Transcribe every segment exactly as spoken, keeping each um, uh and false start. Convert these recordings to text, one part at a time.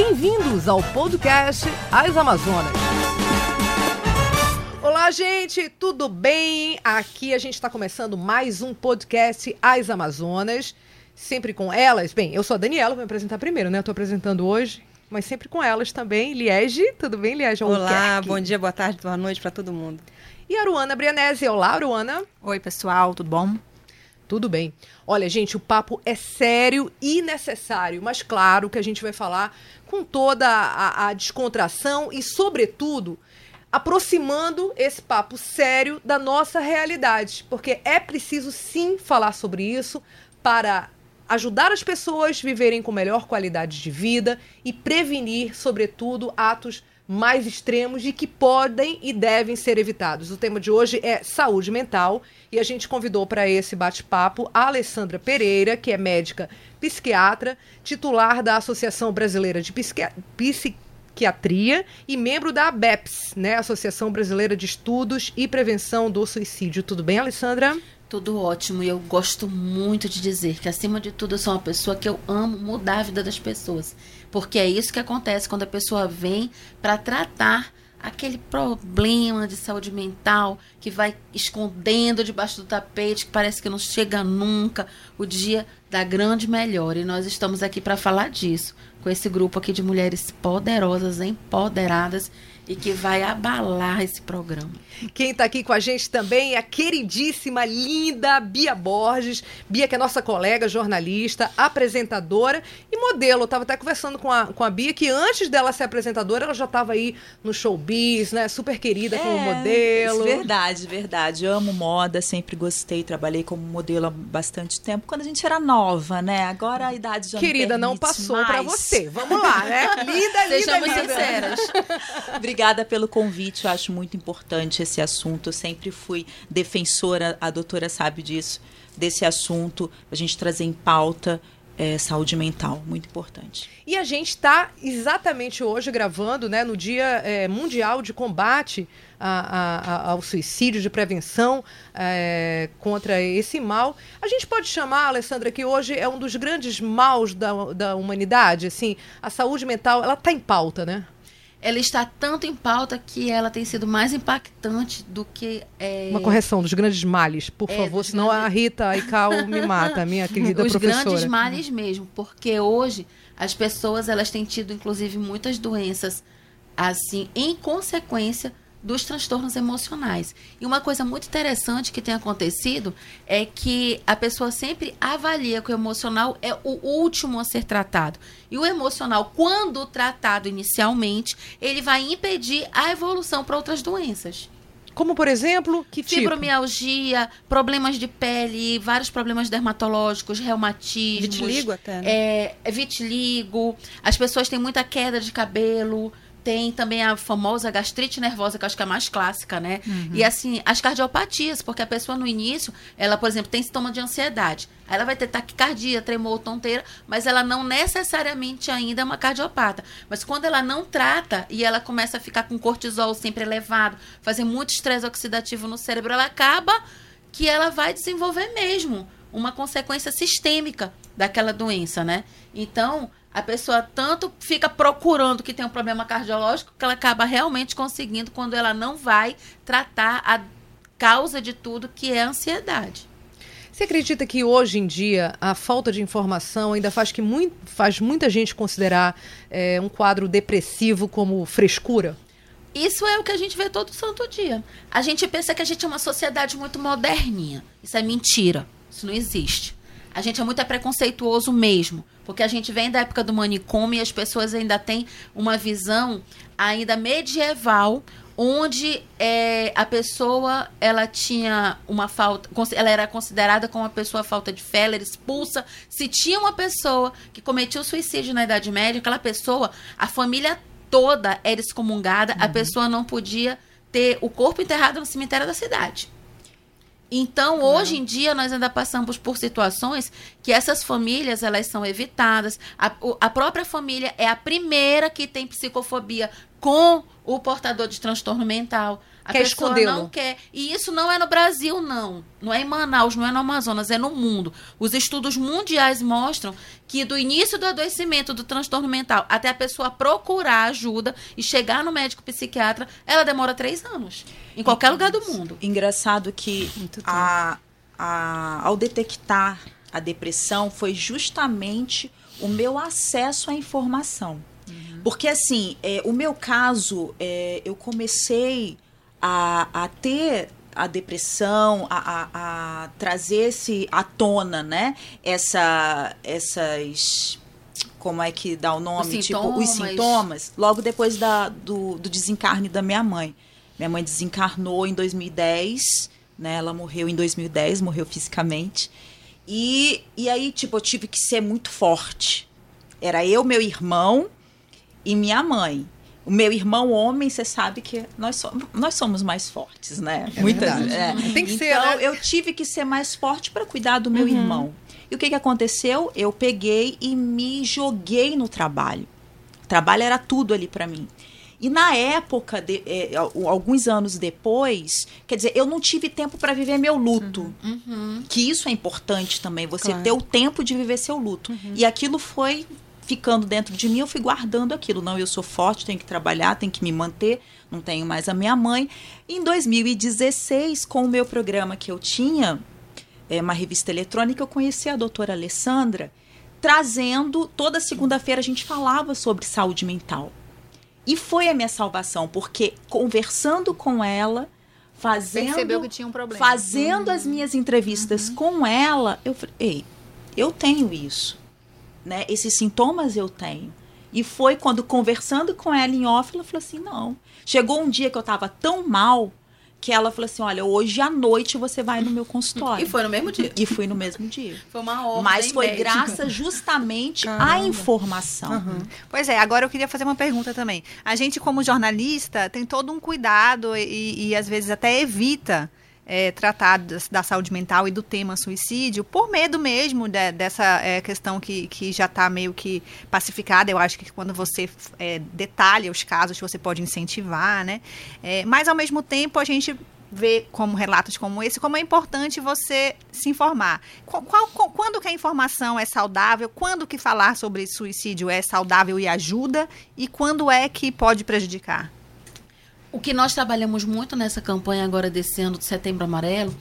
Bem-vindos ao podcast As Amazonas. Olá, gente, tudo bem? Aqui a gente está começando mais um podcast As Amazonas, sempre com elas. Bem, eu sou a Daniela, vou me apresentar primeiro, né? Estou apresentando hoje, mas sempre com elas também. Liege, tudo bem, Liege? Olá, bom dia, boa tarde, boa noite para todo mundo. E a Aruana Brianese. Olá, Aruana. Oi, pessoal, tudo bom? Tudo bem. Olha, gente, o papo é sério e necessário, mas claro que a gente vai falar com toda a, a descontração e, sobretudo, aproximando esse papo sério da nossa realidade, porque é preciso sim falar sobre isso para ajudar as pessoas a viverem com melhor qualidade de vida e prevenir, sobretudo, atos mais extremos e que podem e devem ser evitados. O tema de hoje é saúde mental e a gente convidou para esse bate-papo a Alessandra Pereira, que é médica psiquiatra, titular da Associação Brasileira de Psiqui- Psiquiatria e membro da ABEPS, né, Associação Brasileira de Estudos e Prevenção do Suicídio. Tudo bem, Alessandra? Tudo ótimo, e eu gosto muito de dizer que, acima de tudo, eu sou uma pessoa que eu amo mudar a vida das pessoas. Porque é isso que acontece quando a pessoa vem para tratar aquele problema de saúde mental que vai escondendo debaixo do tapete, que parece que não chega nunca o dia da grande melhora. E nós estamos aqui para falar disso, com esse grupo aqui de mulheres poderosas, empoderadas, e que vai abalar esse programa. Quem está aqui com a gente também é a queridíssima, linda Bia Borges. Bia, que é nossa colega, jornalista, apresentadora e modelo. Eu estava até conversando com a, com a Bia, que antes dela ser apresentadora, ela já estava aí no showbiz, né? Super querida como é, modelo. Verdade, verdade. Eu amo moda, sempre gostei, trabalhei como modelo há bastante tempo, quando a gente era nova, né? Agora a idade já Querida, não não passou mais. para você. Vamos lá, né? Linda, linda, Sejamos linda. sinceras. Obrigada pelo convite, eu acho muito importante esse assunto. Eu sempre fui defensora, a doutora sabe disso, desse assunto, a gente trazer em pauta é, saúde mental, muito importante. E a gente está exatamente hoje gravando, né, no Dia é, Mundial de Combate a, a, ao Suicídio, de prevenção é, contra esse mal. A gente pode chamar, Alessandra, que hoje é um dos grandes maus da, da humanidade, assim, a saúde mental, ela está em pauta, né? Ela está tanto em pauta que ela tem sido mais impactante do que... É... Uma correção dos grandes males, por é, favor, senão grandes... a Rita Aical me mata, minha querida Os professora. Os grandes males mesmo, porque hoje as pessoas elas têm tido, inclusive, muitas doenças, assim, em consequência dos transtornos emocionais. E uma coisa muito interessante que tem acontecido é que a pessoa sempre avalia que o emocional é o último a ser tratado. E o emocional, quando tratado inicialmente, ele vai impedir a evolução para outras doenças. Como, por exemplo, que tipo? Fibromialgia, problemas de pele, vários problemas dermatológicos, reumatismos. Vitiligo até, né? É, é vitiligo. As pessoas têm muita queda de cabelo. Tem também a famosa gastrite nervosa, que eu acho que é a mais clássica, né? Uhum. E assim, as cardiopatias, porque a pessoa no início, ela, por exemplo, tem sintoma de ansiedade. Aí ela vai ter taquicardia, tremor, tonteira, mas ela não necessariamente ainda é uma cardiopata. Mas quando ela não trata e ela começa a ficar com cortisol sempre elevado, fazer muito estresse oxidativo no cérebro, ela acaba que ela vai desenvolver mesmo uma consequência sistêmica daquela doença, né? Então, a pessoa tanto fica procurando que tem um problema cardiológico que ela acaba realmente conseguindo quando ela não vai tratar a causa de tudo, que é a ansiedade. Você acredita que hoje em dia a falta de informação ainda faz, que muito, faz muita gente considerar é, um quadro depressivo como frescura? Isso é o que a gente vê todo santo dia. A gente pensa que a gente é uma sociedade muito moderninha. Isso é mentira. Isso não existe. A gente é muito preconceituoso mesmo, porque a gente vem da época do manicômio e as pessoas ainda têm uma visão ainda medieval, onde é, a pessoa ela tinha uma falta, ela era considerada como uma pessoa falta de fé, ela era expulsa. Se tinha uma pessoa que cometia o suicídio na Idade Média, aquela pessoa, a família toda era excomungada, uhum. A pessoa não podia ter o corpo enterrado no cemitério da cidade. Então, claro. Hoje em dia, nós ainda passamos por situações que essas famílias, elas são evitadas. A, a própria família é a primeira que tem psicofobia com o portador de transtorno mental. A quer pessoa escondê-lo. não quer. E isso não é no Brasil, não. Não é em Manaus, não é no Amazonas, é no mundo. Os estudos mundiais mostram que do início do adoecimento, do transtorno mental, até a pessoa procurar ajuda e chegar no médico psiquiatra, ela demora três anos. Em qualquer lugar do mundo. Engraçado que a, a, ao detectar a depressão foi justamente o meu acesso à informação. Uhum. Porque, assim, é, o meu caso, é, eu comecei a, a ter a depressão, a, a, a trazer esse à tona, né? Essa, essas... Como é que dá o nome? Os tipo, sintomas. os sintomas. Logo depois da, do, do desencarne da minha mãe. Minha mãe desencarnou em dois mil e dez, né? Ela morreu em dois mil e dez, morreu fisicamente. E, e aí, tipo, eu tive que ser muito forte. Era eu, meu irmão e minha mãe. O meu irmão homem, você sabe que nós somos, nós somos mais fortes, né? É Muitas, verdade. é. Tem que então, ser, né? eu tive que ser mais forte para cuidar do meu Uhum. irmão. E o que, que aconteceu? Eu peguei e me joguei no trabalho. O trabalho era tudo ali para mim. E na época, de, é, alguns anos depois, quer dizer, eu não tive tempo para viver meu luto. Uhum. Uhum. Que isso é importante também, você Claro. ter o tempo de viver seu luto. Uhum. E aquilo foi ficando dentro de mim, eu fui guardando aquilo. Não, eu sou forte, tenho que trabalhar, tenho que me manter, não tenho mais a minha mãe. Em dois mil e dezesseis, com o meu programa que eu tinha, é, uma revista eletrônica, eu conheci a doutora Alessandra, trazendo, toda segunda-feira a gente falava sobre saúde mental. E foi a minha salvação, porque conversando com ela, fazendo, Percebeu que tinha um problema. fazendo uhum. as minhas entrevistas uhum. com ela, eu falei, ei, eu tenho isso. Né? Esses sintomas eu tenho. E foi quando, conversando com ela em off, ela falou assim, não. Chegou um dia que eu estava tão mal, que ela falou assim, olha, hoje à noite você vai no meu consultório. E foi no mesmo dia. E fui no mesmo dia. Foi uma ordem Mas foi médica. graças justamente Caramba. à informação. Uhum. Pois é, agora eu queria fazer uma pergunta também. A gente, como jornalista, tem todo um cuidado e, e às vezes até evita é, tratar da, da saúde mental e do tema suicídio, por medo mesmo de, dessa é, questão que, que já está meio que pacificada. Eu acho que quando você é, detalha os casos, você pode incentivar, né? É, mas, ao mesmo tempo, a gente vê como relatos como esse, como é importante você se informar. Qual, qual, quando que a informação é saudável, quando que falar sobre suicídio é saudável e ajuda, e quando é que pode prejudicar? O que nós trabalhamos muito nessa campanha agora desse ano do Setembro Amarelo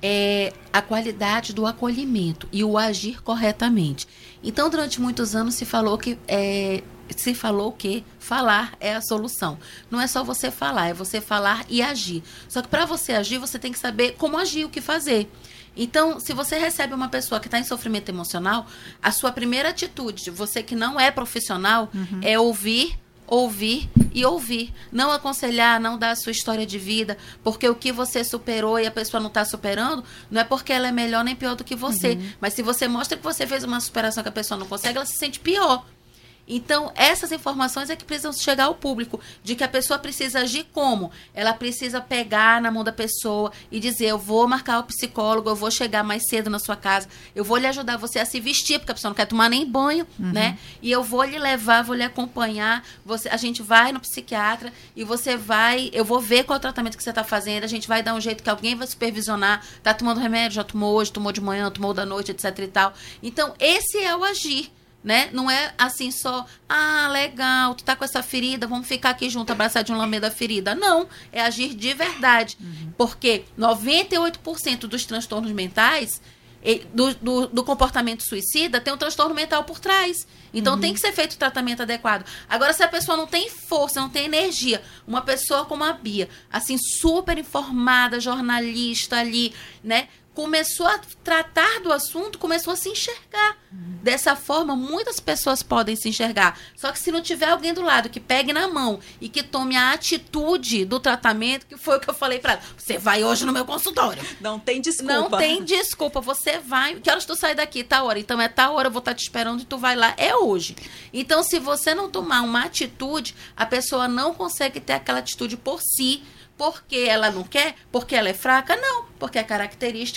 é a qualidade do acolhimento e o agir corretamente. Então, durante muitos anos se falou que é, se falou que falar é a solução. Não é só você falar, é você falar e agir. Só que para você agir, você tem que saber como agir, o que fazer. Então, se você recebe uma pessoa que está em sofrimento emocional, a sua primeira atitude, você que não é profissional, uhum. é ouvir, ouvir e ouvir. Não aconselhar, não dar a sua história de vida, porque o que você superou e a pessoa não está superando, não é porque ela é melhor nem pior do que você. Uhum. Mas se você mostra que você fez uma superação que a pessoa não consegue, ela se sente pior. Então, essas informações é que precisam chegar ao público, de que a pessoa precisa agir como? Ela precisa pegar na mão da pessoa e dizer, eu vou marcar o psicólogo, eu vou chegar mais cedo na sua casa, eu vou lhe ajudar você a se vestir, porque a pessoa não quer tomar nem banho, uhum. né? E eu vou lhe levar, vou lhe acompanhar, você, a gente vai no psiquiatra e você vai, eu vou ver qual é o tratamento que você está fazendo, a gente vai dar um jeito que alguém vai supervisionar, tá tomando remédio, já tomou hoje, tomou de manhã, tomou da noite, etc e tal. Então, esse é o agir. Né? Não é assim só, ah, legal, tu tá com essa ferida, vamos ficar aqui junto, abraçar de um lamber da ferida. Não, é agir de verdade. Uhum. Porque noventa e oito por cento dos transtornos mentais, do, do, do comportamento suicida, tem um transtorno mental por trás. Então, uhum. tem que ser feito o tratamento adequado. Agora, se a pessoa não tem força, não tem energia, uma pessoa como a Bia, assim, super informada, jornalista ali, né? Começou a tratar do assunto, começou a se enxergar. Uhum. Dessa forma, muitas pessoas podem se enxergar. Só que se não tiver alguém do lado que pegue na mão e que tome a atitude do tratamento, que foi o que eu falei pra ela. Você vai hoje no meu consultório. Não tem desculpa. Não tem desculpa. Você vai. Que horas tu sai daqui? Tá hora. Então é tal hora, eu vou estar te esperando e tu vai lá. É hoje. Então, se você não tomar uma atitude, a pessoa não consegue ter aquela atitude por si. Porque ela não quer? Porque ela é fraca? Não, porque é característica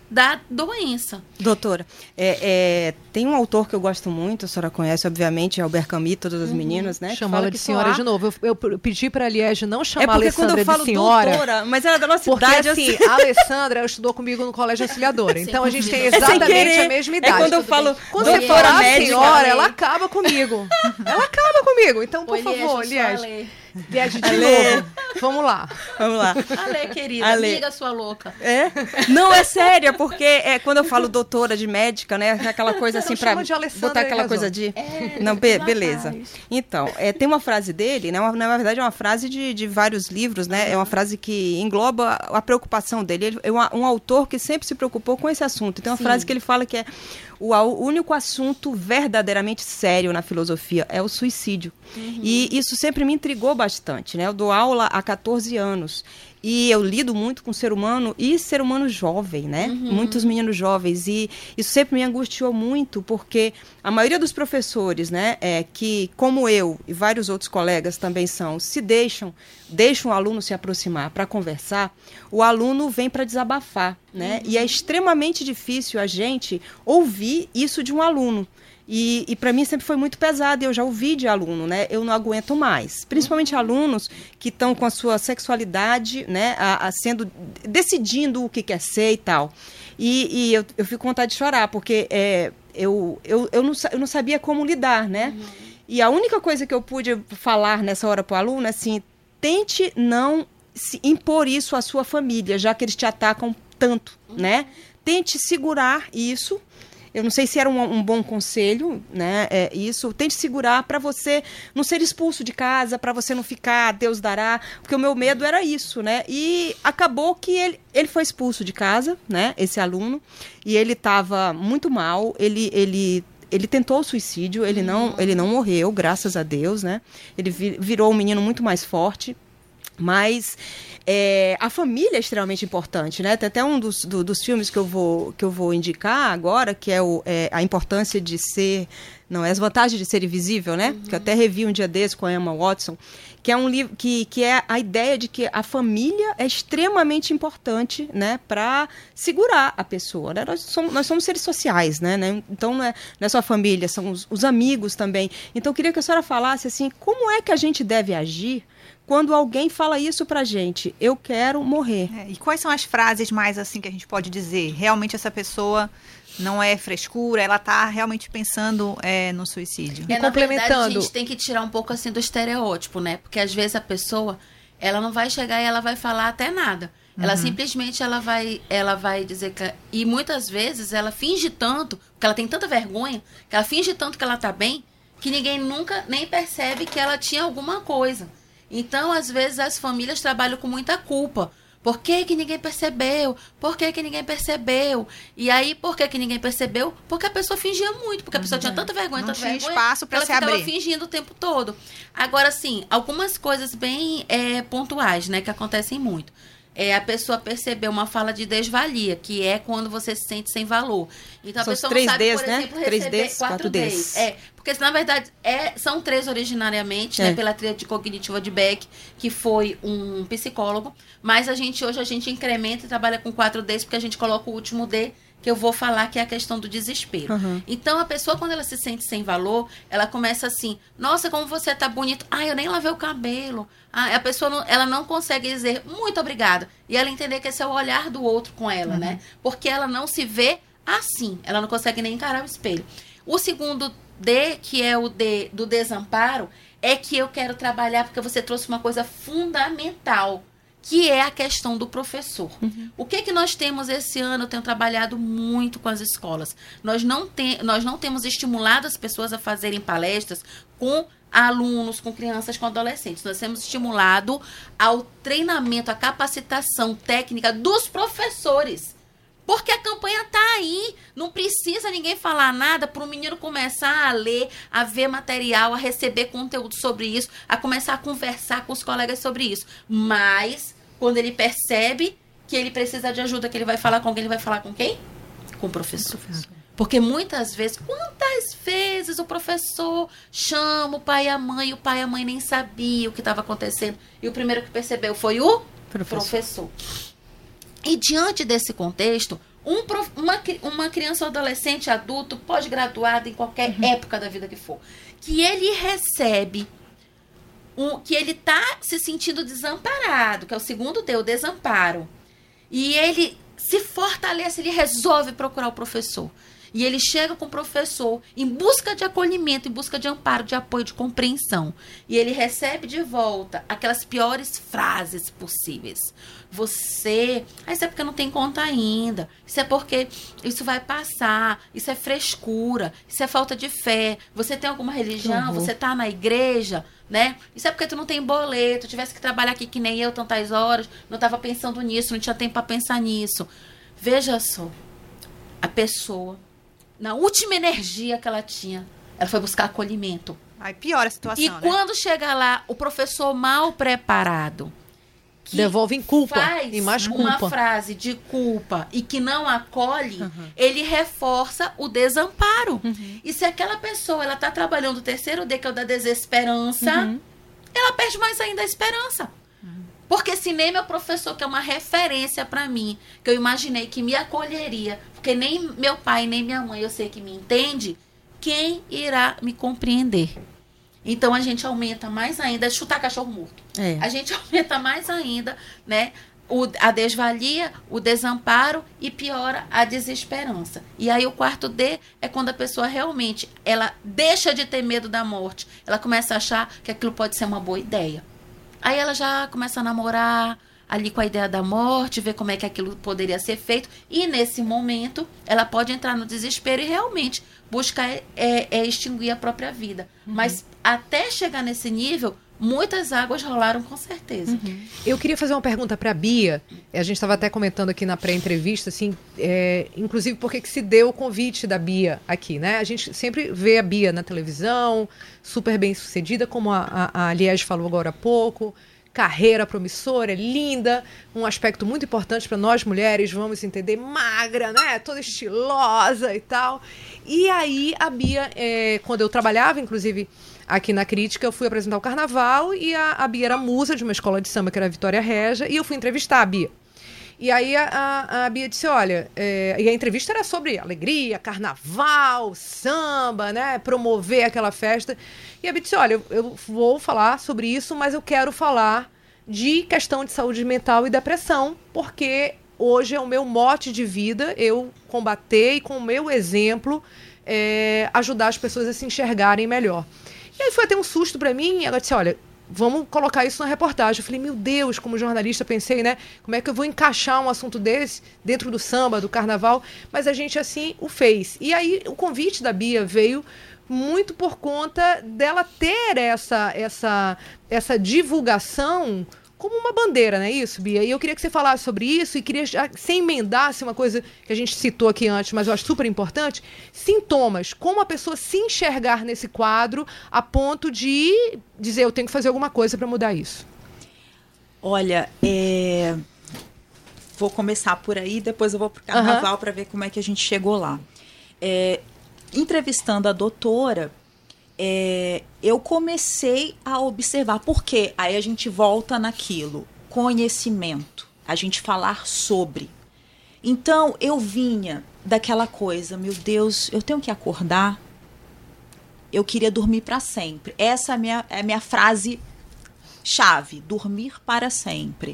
da doença. Doutora, é, é, tem um autor que eu gosto muito, a senhora conhece, obviamente, é Albert Camus, todos os uhum. meninos, né? Chama ela de senhora há... de novo. Eu, eu pedi para a Liege não chamar é a Alessandra quando eu falo de senhora. Doutora, mas ela é da nossa porque, idade. Assim, a Alessandra, ela estudou comigo no Colégio Auxiliadora. Então, a gente tem exatamente a mesma idade. É quando eu falo quando você for a senhora, ela acaba comigo. Ela acaba comigo. Então, por Oi, favor, Liege. Liege, de novo. Vamos lá. Vamos lá. Ale, querida, Ale. amiga sua louca. É? Não, é sério, porque é, quando eu falo doutora de médica, né, aquela coisa assim para botar aquela coisa de... É, não, be beleza. Então, é, tem uma frase dele, né, uma, na verdade é uma frase de, de vários livros, né, é uma frase que engloba a preocupação dele. Ele é um, um autor que sempre se preocupou com esse assunto. Tem uma Sim. frase que ele fala que é o, o único assunto verdadeiramente sério na filosofia é o suicídio. Uhum. E isso sempre me intrigou bastante, né? Eu dou aula há quatorze anos e eu lido muito com ser humano e ser humano jovem, né? Uhum. Muitos meninos jovens, e isso sempre me angustiou muito, porque a maioria dos professores, né, é, que como eu e vários outros colegas também são, se deixam, deixam o aluno se aproximar para conversar, o aluno vem para desabafar, né? Uhum. E é extremamente difícil a gente ouvir isso de um aluno. E, e para mim sempre foi muito pesado, eu já ouvi de aluno, né? Eu não aguento mais. Principalmente uhum. alunos que estão com a sua sexualidade, né? A, a sendo, decidindo o que quer ser e tal. E, e eu, eu fico com vontade de chorar, porque é, eu, eu, eu, não, eu não sabia como lidar, né? Uhum. E a única coisa que eu pude falar nessa hora para o aluno é assim, tente não se impor isso à sua família, já que eles te atacam tanto, uhum. né? Tente segurar isso. Eu não sei se era um, um bom conselho, né? É, isso. Tente segurar para você não ser expulso de casa, para você não ficar, Deus dará, porque o meu medo era isso, né? E acabou que ele, ele foi expulso de casa, né? Esse aluno, e ele estava muito mal, ele... ele Ele tentou o suicídio, ele não, ele não morreu, graças a Deus, né? Ele virou um menino muito mais forte, mas é, a família é extremamente importante, né? Tem até um dos, do, dos filmes que eu vou, que eu vou indicar agora, que é, o, é a importância de ser... Não, é as vantagens de ser invisível, né? Uhum. Que eu até revi um dia desse com a Emma Watson, que é um livro que, que é a ideia de que a família é extremamente importante, né, para segurar a pessoa, né? Nós somos, nós somos seres sociais, né? Então não é, não é só a família, são os, os amigos também. Então eu queria que a senhora falasse assim, como é que a gente deve agir quando alguém fala isso pra gente? Eu quero morrer. É, e quais são as frases mais assim que a gente pode dizer? Realmente essa pessoa não é frescura, ela está realmente pensando é, no suicídio. É, na verdade, a gente tem que tirar um pouco assim do estereótipo, né? Porque às vezes a pessoa, ela não vai chegar e ela vai falar até nada. Uhum. Ela simplesmente ela vai, ela vai dizer que... E muitas vezes ela finge tanto, porque ela tem tanta vergonha, que ela finge tanto que ela tá bem, que ninguém nunca nem percebe que ela tinha alguma coisa. Então, às vezes, as famílias trabalham com muita culpa. Por que que ninguém percebeu? Por que que ninguém percebeu? E aí, por que que ninguém percebeu? Porque a pessoa fingia muito, porque a pessoa uhum. tinha tanta vergonha, não tanta tinha vergonha, espaço para se abrir. Ela ficava fingindo o tempo todo. Agora, sim, algumas coisas bem é, pontuais, né, que acontecem muito. É a pessoa perceber uma fala de desvalia, que é quando você se sente sem valor. Então, são a pessoa três não sabe, Ds, por né? exemplo, três receber Ds, quatro Ds. É, porque, na verdade, é, são três originariamente, é. né, pela tríade cognitiva de Beck, que foi um psicólogo. Mas a gente, hoje, a gente incrementa e trabalha com quatro Ds, porque a gente coloca o último D, que eu vou falar, que é a questão do desespero. Uhum. Então, a pessoa, quando ela se sente sem valor, ela começa assim, nossa, como você tá bonito. Ah, eu nem lavei o cabelo. Ah, a pessoa, não, ela não consegue dizer muito obrigada. E ela entender que esse é o olhar do outro com ela, uhum. né? Porque ela não se vê assim. Ela não consegue nem encarar o espelho. O segundo D, que é o D do desamparo, é que eu quero trabalhar, porque você trouxe uma coisa fundamental, que é a questão do professor. Uhum. O que que nós temos esse ano? Eu tenho trabalhado muito com as escolas. Nós não, tem, nós não temos estimulado as pessoas a fazerem palestras com alunos, com crianças, com adolescentes. Nós temos estimulado ao treinamento, à capacitação técnica dos professores. Porque a campanha está aí. Não precisa ninguém falar nada para o menino começar a ler, a ver material, a receber conteúdo sobre isso, a começar a conversar com os colegas sobre isso. Mas, quando ele percebe que ele precisa de ajuda, que ele vai falar com alguém, ele vai falar com quem? Com o professor. Com o professor. Porque muitas vezes, quantas vezes o professor chama o pai e a mãe, e o pai e a mãe nem sabiam o que estava acontecendo. E o primeiro que percebeu foi o professor. professor. E diante desse contexto, Um, uma, uma criança ou adolescente, adulto, pós-graduado, em qualquer uhum. época da vida que for, que ele recebe, um, que ele está se sentindo desamparado, que é o segundo D, o desamparo, e ele se fortalece, ele resolve procurar o professor. E ele chega com o professor em busca de acolhimento, em busca de amparo, de apoio, de compreensão. E ele recebe de volta aquelas piores frases possíveis. Você... Ah, isso é porque não tem conta ainda. Isso é porque isso vai passar. Isso é frescura. Isso é falta de fé. Você tem alguma religião? Uhum. Você está na igreja? Né? Isso é porque tu não tem boleto. Tivesse que trabalhar aqui que nem eu, tantas horas. Não estava pensando nisso. Não tinha tempo para pensar nisso. Veja só. A pessoa... Na última energia que ela tinha, ela foi buscar acolhimento. Aí piora a situação, e né? quando chega lá, o professor mal preparado, que devolve em culpa, faz e mais culpa. Uma frase de culpa e que não acolhe, uhum. ele reforça o desamparo. Uhum. E se aquela pessoa ela está trabalhando o terceiro D, que é o da desesperança, uhum. ela perde mais ainda a esperança. Porque se nem meu professor, que é uma referência para mim, que eu imaginei que me acolheria, porque nem meu pai, nem minha mãe, eu sei que me entende, quem irá me compreender? Então, a gente aumenta mais ainda, chutar cachorro morto. É. A gente aumenta mais ainda, né, o, a desvalia, o desamparo e piora a desesperança. E aí, o quarto D é quando a pessoa realmente, ela deixa de ter medo da morte. Ela começa a achar que aquilo pode ser uma boa ideia. Aí ela já começa a namorar ali com a ideia da morte, ver como é que aquilo poderia ser feito. E nesse momento, ela pode entrar no desespero e realmente buscar é, é, extinguir a própria vida. Uhum. Mas até chegar nesse nível, muitas águas rolaram com certeza. Uhum. Eu queria fazer uma pergunta para a Bia. A gente estava até comentando aqui na pré-entrevista, assim, é, inclusive porque que se deu o convite da Bia aqui, né? A gente sempre vê a Bia na televisão, super bem sucedida, como a, a, a Liege falou agora há pouco, carreira promissora, linda, um aspecto muito importante para nós mulheres, vamos entender, magra, né? Toda estilosa e tal. E aí a Bia, é, quando eu trabalhava, inclusive aqui na Crítica, eu fui apresentar o Carnaval e a, a Bia era musa de uma escola de samba que era a Vitória Régia, e eu fui entrevistar a Bia. E aí a, a, a Bia disse, olha, é, e a entrevista era sobre alegria, carnaval, samba, né, promover aquela festa. E a Bia disse, olha, eu, eu vou falar sobre isso, mas eu quero falar de questão de saúde mental e depressão, porque hoje é o meu mote de vida, eu combater e com o meu exemplo é, ajudar as pessoas a se enxergarem melhor. E aí foi até um susto para mim, e ela disse, olha, vamos colocar isso na reportagem. Eu falei, meu Deus, como jornalista, pensei, né? Como é que eu vou encaixar um assunto desse dentro do samba, do carnaval? Mas a gente, assim, o fez. E aí, o convite da Bia veio muito por conta dela ter essa, essa, essa divulgação como uma bandeira, não é isso, Bia? E eu queria que você falasse sobre isso e queria que você emendasse uma coisa que a gente citou aqui antes, mas eu acho super importante, sintomas, como a pessoa se enxergar nesse quadro a ponto de dizer, eu tenho que fazer alguma coisa para mudar isso. Olha, é... vou começar por aí, depois eu vou pro Carnaval uhum. para ver como é que a gente chegou lá. É... Entrevistando a doutora, É, eu comecei a observar, porque aí a gente volta naquilo, conhecimento, a gente falar sobre. Então, eu vinha daquela coisa, meu Deus, eu tenho que acordar, eu queria dormir para sempre. Essa é a minha, é a minha frase chave, dormir para sempre.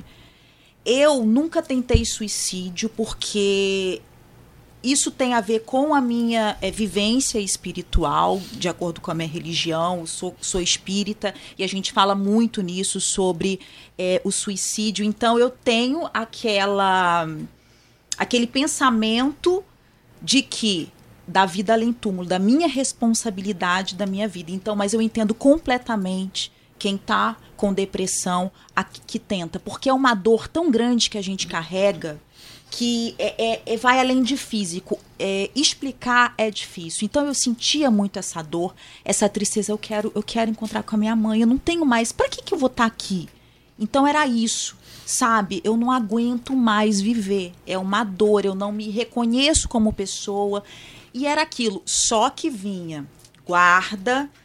Eu nunca tentei suicídio porque... Isso tem a ver com a minha é, vivência espiritual, de acordo com a minha religião, sou, sou espírita, e a gente fala muito nisso sobre é, o suicídio. Então, eu tenho aquela, aquele pensamento de que da vida além túmulo, da minha responsabilidade da minha vida. Então, mas eu entendo completamente quem está com depressão, a, que tenta, porque é uma dor tão grande que a gente carrega, que é, é, vai além de físico. É, explicar é difícil. Então eu sentia muito essa dor, essa tristeza. Eu quero, eu quero encontrar com a minha mãe, eu não tenho mais. Para que, que eu vou estar aqui? Então era isso, sabe? Eu não aguento mais viver. É uma dor, eu não me reconheço como pessoa. E era aquilo, só que vinha guarda,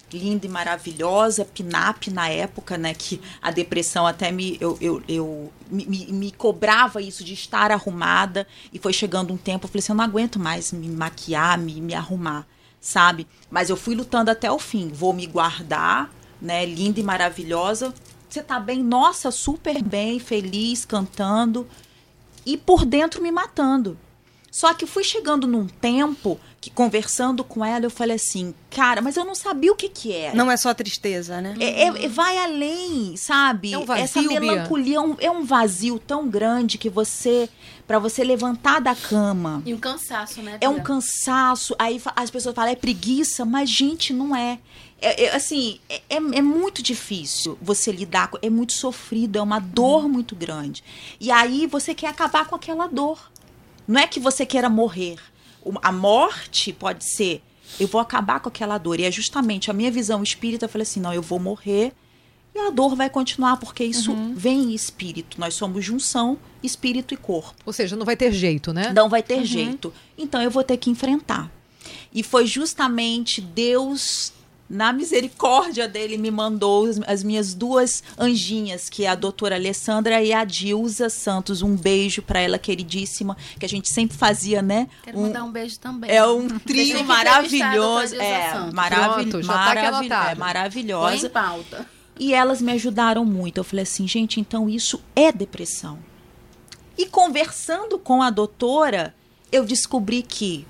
linda e maravilhosa, P-N-A-P na época, né, que a depressão até me, eu, eu, eu, me, me cobrava isso de estar arrumada, e foi chegando um tempo, eu falei assim, eu não aguento mais me maquiar, me, me arrumar, sabe? Mas eu fui lutando até o fim, vou me guardar, né, linda e maravilhosa, você tá bem? Nossa, super bem, feliz, cantando, e por dentro me matando. Só que fui chegando num tempo que, conversando com ela, eu falei assim, cara, mas eu não sabia o que que era. Não é só tristeza, né? É, é, vai além, sabe? É um vazio, essa melancolia é um, é um vazio tão grande que você, para você levantar da cama, E um cansaço, né? é um Bia? cansaço. Aí fa- as pessoas falam, é preguiça, mas gente, não é. É, é, assim, é, é é muito difícil você lidar com, é muito sofrido, é uma dor muito grande. E aí você quer acabar com aquela dor. Não é que você queira morrer. O- A morte pode ser, eu vou acabar com aquela dor. E é justamente a minha visão espírita, eu falei assim, não, eu vou morrer e a dor vai continuar, porque isso vem em espírito. Nós somos junção, espírito e corpo. Ou seja, não vai ter jeito, né? Não vai ter jeito. Então eu vou ter que enfrentar. E foi justamente Deus, na misericórdia dele, me mandou as, as minhas duas anjinhas, que é a doutora Alessandra e a Dilza Santos. Um beijo para ela, queridíssima, que a gente sempre fazia, né? Quero Um- mandar um beijo também. é um Vocês têm trio que maravilhoso. entrevistar a doutora É, Dilza Santos. maravil Pronto, já tá aqui maravil anotado. é Põe em maravilhosa. pauta. E elas me ajudaram muito. Eu falei assim, gente, então isso é depressão. E conversando com a doutora, eu descobri que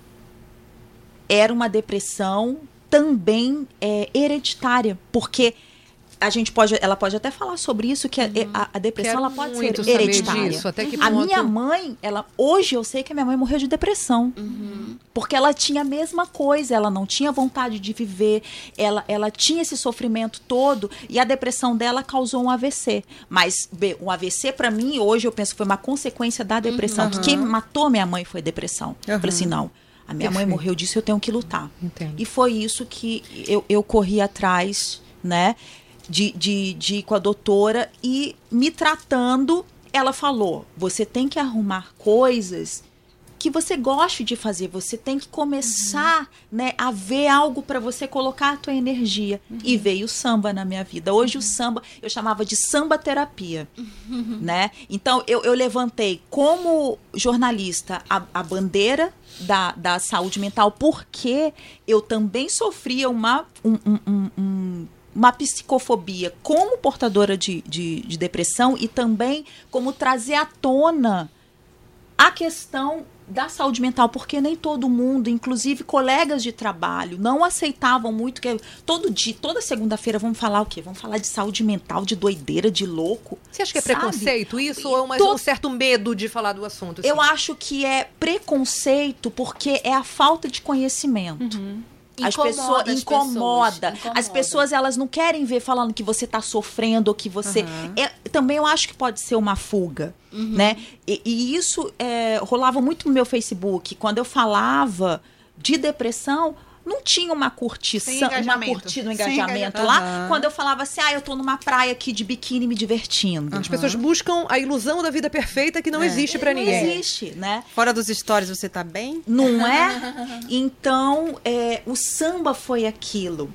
era uma depressão também é, hereditária, porque a gente pode, ela pode até falar sobre isso, que a, a- a depressão Quero ela pode muito ser saber hereditária. disso, até que A ponto- minha mãe, ela, hoje eu sei que a minha mãe morreu de depressão. Porque ela tinha a mesma coisa, ela não tinha vontade de viver, ela, ela tinha esse sofrimento todo, e a depressão dela causou um A V C. Mas bem, um A V C, pra mim, hoje eu penso que foi uma consequência da depressão. Que quem matou minha mãe foi depressão. Eu falei assim, não, a minha mãe Perfeito. morreu disso, eu tenho que lutar. Entendo. E foi isso que eu, eu corri atrás, né? De, de, de ir com a doutora e me tratando, ela falou, você tem que arrumar coisas que você goste de fazer, você tem que começar, né, a ver algo para você colocar a tua energia. E veio o samba na minha vida. Hoje o samba, eu chamava de samba terapia, né? Então eu, eu levantei como jornalista a, a bandeira da, da saúde mental, porque eu também sofria uma, um, um, um, um uma psicofobia como portadora de, de, de depressão, e também como trazer à tona a questão da saúde mental, porque nem todo mundo, inclusive colegas de trabalho, não aceitavam muito que todo dia, toda segunda-feira vamos falar o quê? Vamos falar de saúde mental, de doideira, de louco. Você acha que é sabe? preconceito isso ou é uma- To- um certo medo de falar do assunto? assim? Eu acho que é preconceito porque é a falta de conhecimento. As Incomoda pessoas as incomoda. pessoas, incomoda. As pessoas, elas não querem ver falando que você está sofrendo ou que você é, também eu acho que pode ser uma fuga, né? E, e isso é, rolava muito no meu Facebook, quando eu falava de depressão. Não tinha uma curtição, Sem uma engajamento. curtida, um Sem engajamento engajamento. lá. Aham. Quando eu falava assim, ah, eu tô numa praia aqui de biquíni me divertindo. As pessoas buscam a ilusão da vida perfeita que não É. existe pra Não ninguém. existe, né? Fora dos stories, você tá bem? Não é? Então, é, o samba foi aquilo.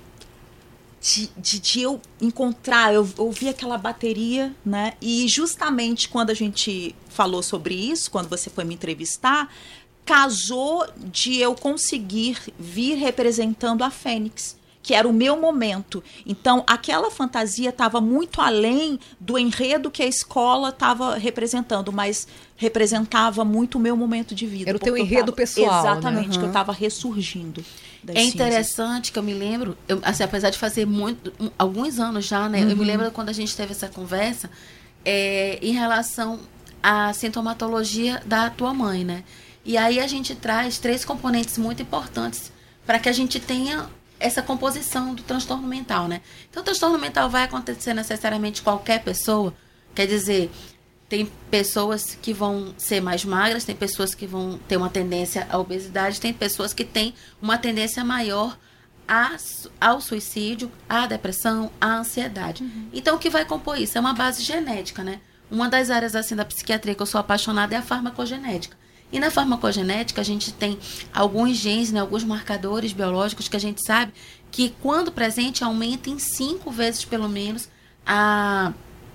De, de, de eu encontrar, eu ouvi aquela bateria, né? E justamente quando a gente falou sobre isso, quando você foi me entrevistar, casou de eu conseguir vir representando a Fênix, que era o meu momento. Então, aquela fantasia estava muito além do enredo que a escola estava representando, mas representava muito o meu momento de vida. Era o teu porque eu enredo tava- pessoal, né? Exatamente, que eu estava ressurgindo das É cinzas. interessante que eu me lembro, eu, assim, apesar de fazer muito, um, alguns anos já, né? Eu me lembro quando a gente teve essa conversa é, em relação à sintomatologia da tua mãe, né? E aí a gente traz três componentes muito importantes para que a gente tenha essa composição do transtorno mental, né? Então, o transtorno mental vai acontecer necessariamente qualquer pessoa, quer dizer, tem pessoas que vão ser mais magras, tem pessoas que vão ter uma tendência à obesidade, tem pessoas que têm uma tendência maior a, ao suicídio, à depressão, à ansiedade. Então, o que vai compor isso? É uma base genética, né? Uma das áreas assim da psiquiatria que eu sou apaixonada é a farmacogenética, E na farmacogenética, a gente tem alguns genes, né, alguns marcadores biológicos que a gente sabe que, quando presente, aumenta em cinco vezes, pelo menos, a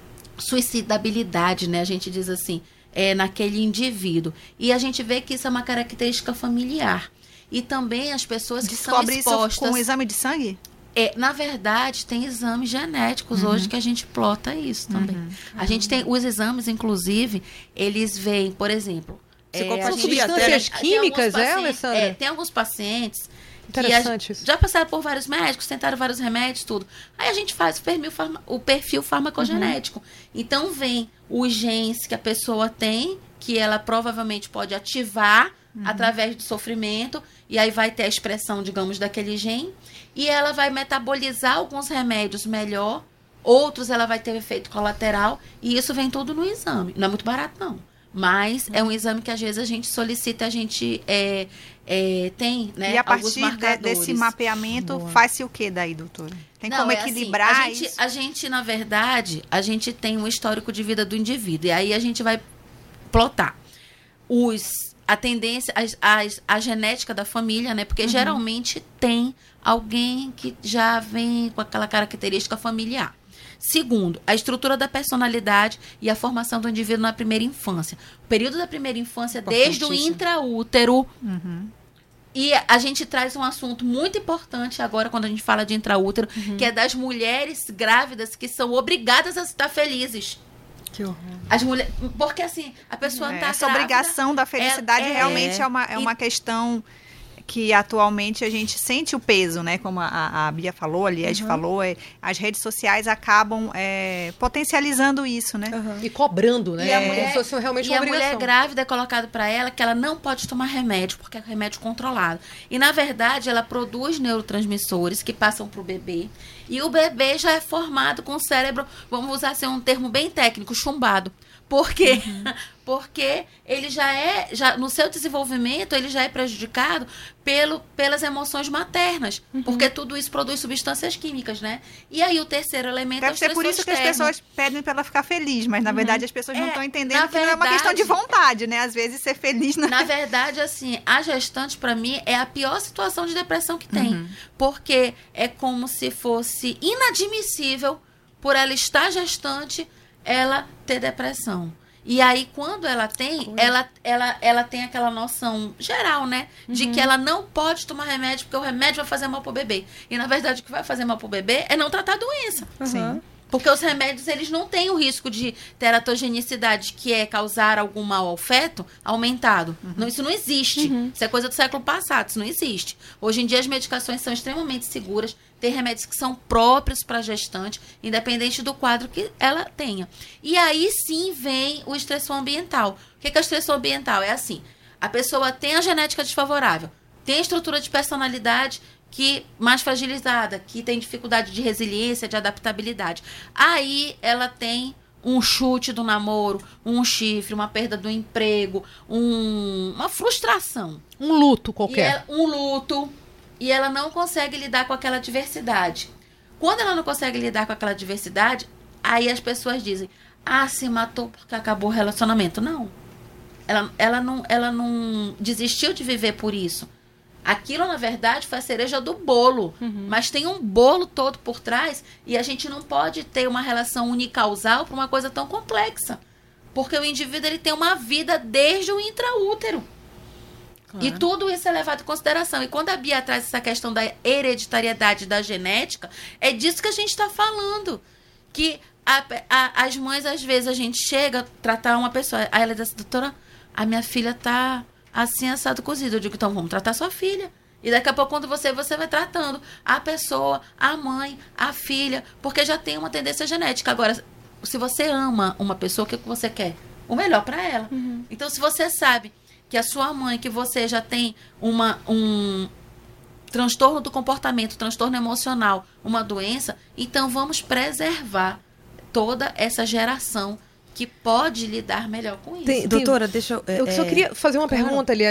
suicidabilidade, né? A gente diz assim, é, naquele indivíduo. E a gente vê que isso é uma característica familiar. E também as pessoas que Descobre são expostas... isso com o exame de sangue? É, na verdade, tem exames genéticos uhum. hoje que a gente plota isso também. Uhum. A gente tem os exames, inclusive, eles veem, por exemplo... É, são substâncias químicas, é, Alessandra? É, tem alguns pacientes Interessante que a, isso. já passaram por vários médicos, tentaram vários remédios, tudo. Aí a gente faz o perfil, farma, o perfil farmacogenético. Uhum. Então, vem os genes que a pessoa tem, que ela provavelmente pode ativar uhum. através do sofrimento, e aí vai ter a expressão, digamos, daquele gene, e ela vai metabolizar alguns remédios melhor, outros ela vai ter efeito colateral, e isso vem tudo no exame. Não é muito barato, não. Mas uhum. é um exame que às vezes a gente solicita, a gente é, é, tem, né? E a partir de, desse mapeamento, faz-se o que daí, doutora? Tem Não, como é equilibrar assim, a, gente, a gente, na verdade, a gente tem um histórico de vida do indivíduo. E aí a gente vai plotar os, a tendência, a, a, a genética da família, né? Porque uhum. geralmente tem alguém que já vem com aquela característica familiar. Segundo, a estrutura da personalidade e a formação do indivíduo na primeira infância. O período da primeira infância, desde o intraútero. Uhum. E a gente traz um assunto muito importante agora, quando a gente fala de intraútero, uhum. que é das mulheres grávidas que são obrigadas a estar felizes. Que horror. As mulheres, porque assim, a pessoa é, tá essa grávida, obrigação da felicidade é, realmente é, é uma, é uma questão... que atualmente a gente sente o peso, né? Como a, a Bia falou, a Liege uhum. falou, é, as redes sociais acabam é, potencializando isso, né? Uhum. E cobrando, né? E a mulher, Como se fosse realmente e uma a obrigação. mulher grávida é colocado para ela que ela não pode tomar remédio, porque é remédio controlado. E, na verdade, ela produz neurotransmissores que passam para o bebê. E o bebê já é formado com o cérebro, vamos usar assim, um termo bem técnico, chumbado. Por quê? Uhum. Porque ele já é, já, no seu desenvolvimento, ele já é prejudicado pelo, pelas emoções maternas. Uhum. Porque tudo isso produz substâncias químicas, né? E aí o terceiro elemento Deve é o ser por isso que as pessoas pedem para ela ficar feliz, mas na uhum. verdade as pessoas é, não estão entendendo que verdade, não é uma questão de vontade, né? Às vezes ser feliz... Não... Na verdade, assim, a gestante, para mim, é a pior situação de depressão que tem. Uhum. Porque é como se fosse inadmissível, por ela estar gestante, ela ter depressão. E aí, quando ela tem, ela, ela, ela tem aquela noção geral, né? De uhum. que ela não pode tomar remédio, porque o remédio vai fazer mal pro bebê. E, na verdade, o que vai fazer mal pro bebê é não tratar a doença. Uhum. Sim. Porque os remédios, eles não têm o risco de teratogenicidade, que é causar algum mal ao feto, aumentado. Uhum. Não, isso não existe. Uhum. Isso é coisa do século passado, isso não existe. Hoje em dia, as medicações são extremamente seguras. Tem remédios que são próprios para a gestante, independente do quadro que ela tenha. E aí, sim, vem o estressor ambiental. O que é o estressor ambiental? É assim, a pessoa tem a genética desfavorável, tem a estrutura de personalidade que mais fragilizada, que tem dificuldade de resiliência, de adaptabilidade. Aí ela tem um chute do namoro, um chifre, uma perda do emprego, um, uma frustração. Um luto qualquer. Ela, um luto. E ela não consegue lidar com aquela diversidade. Quando ela não consegue lidar com aquela diversidade, aí as pessoas dizem, ah, se matou porque acabou o relacionamento. Não. Ela, ela, não, ela não desistiu de viver por isso. Aquilo, na verdade, foi a cereja do bolo. Uhum. Mas tem um bolo todo por trás e a gente não pode ter uma relação unicausal para uma coisa tão complexa. Porque o indivíduo ele tem uma vida desde o intraútero. Claro. E tudo isso é levado em consideração. E quando a Bia traz essa questão da hereditariedade da genética, é disso que a gente está falando. Que a, a, as mães, às vezes, a gente chega a tratar uma pessoa. Aí ela diz assim, doutora, a minha filha está assim, assado, cozido. Eu digo, então vamos tratar sua filha. E daqui a pouco, quando você, você vai tratando a pessoa, a mãe, a filha, porque já tem uma tendência genética. Agora, se você ama uma pessoa, o que você quer? O melhor para ela. Uhum. Então, se você sabe que a sua mãe, que você já tem uma, um transtorno do comportamento, transtorno emocional, uma doença, então vamos preservar toda essa geração que pode lidar melhor com isso. Tem, Doutora, deixa eu... Eu é, só queria fazer uma claro. pergunta, aliás,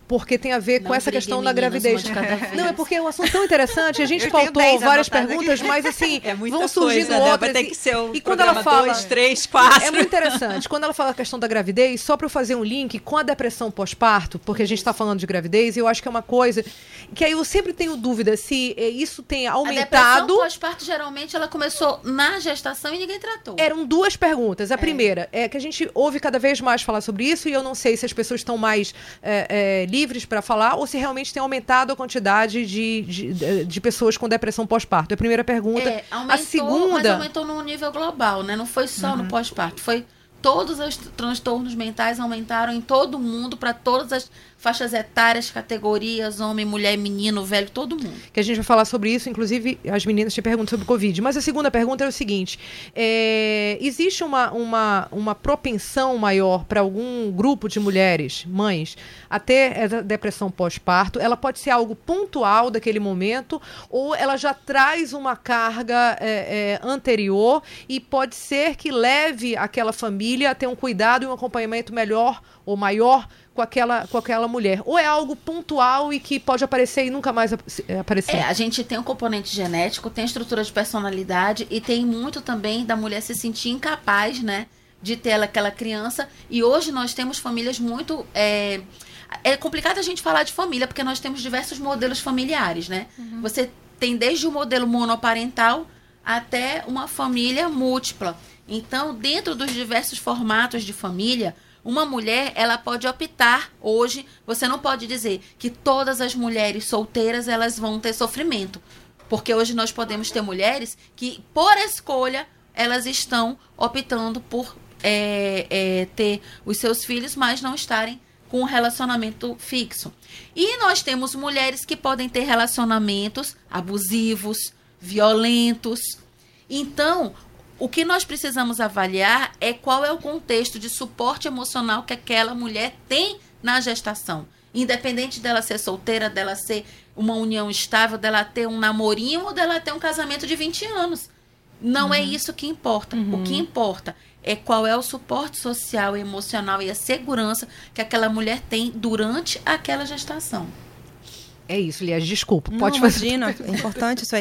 porque tem a ver Não com essa briguem, questão da meninas, gravidez. uma de cada vez. Não, é porque é um assunto tão interessante, a gente Eu tenho pautou dez várias anotadas perguntas, aqui. mas assim, É muita vão surgindo coisa, né? outras. Vai ter que ser um e quando ela fala dois, três, quatro. É muito interessante. Quando ela fala a questão da gravidez, só para eu fazer um link com a depressão pós-parto, porque a gente está falando de gravidez, e eu acho que é uma coisa que aí eu sempre tenho dúvida se eh, isso tem A aumentado. depressão pós-parto, geralmente, ela começou na gestação e ninguém tratou. Eram duas perguntas. A primeira é que a gente ouve cada vez mais falar sobre isso, e eu não sei se as pessoas estão mais é, é, livres para falar ou se realmente tem aumentado a quantidade de, de, de pessoas com depressão pós-parto. É a primeira pergunta. É, aumentou, a segunda. mas aumentou num nível global, né? Não foi só no pós-parto, foi todos os transtornos mentais aumentaram em todo mundo, para todas as faixas etárias, categorias, homem, mulher, menino, velho, todo mundo. Que a gente vai falar sobre isso, inclusive as meninas te perguntam sobre o Covid. Mas a segunda pergunta é o seguinte, é, existe uma, uma, uma propensão maior para algum grupo de mulheres, mães, a ter essa depressão pós-parto? Ela pode ser algo pontual daquele momento, ou ela já traz uma carga é, é, anterior e pode ser que leve aquela família a ter um cuidado e um acompanhamento melhor ou maior com aquela, com aquela mulher? Ou é algo pontual e que pode aparecer e nunca mais ap- aparecer? É, a gente tem um componente genético, tem estrutura de personalidade e tem muito também da mulher se sentir incapaz, né, de ter ela, aquela criança. E hoje nós temos famílias muito... É, é complicado a gente falar de família, porque nós temos diversos modelos familiares, né? Uhum. Você tem desde o modelo monoparental até uma família múltipla. Então, dentro dos diversos formatos de família, uma mulher, ela pode optar, hoje, você não pode dizer que todas as mulheres solteiras, elas vão ter sofrimento. Porque hoje nós podemos ter mulheres que, por escolha, elas estão optando por é, é, ter os seus filhos, mas não estarem com um relacionamento fixo. E nós temos mulheres que podem ter relacionamentos abusivos, violentos. Então, o que nós precisamos avaliar é qual é o contexto de suporte emocional que aquela mulher tem na gestação. Independente dela ser solteira, dela ser uma união estável, dela ter um namorinho ou dela ter um casamento de vinte anos. Não uhum. é isso que importa. Uhum. O que importa é qual é o suporte social, emocional e a segurança que aquela mulher tem durante aquela gestação. É isso, Lias, desculpa. Não, pode fazer. Imagina, é importante isso aí.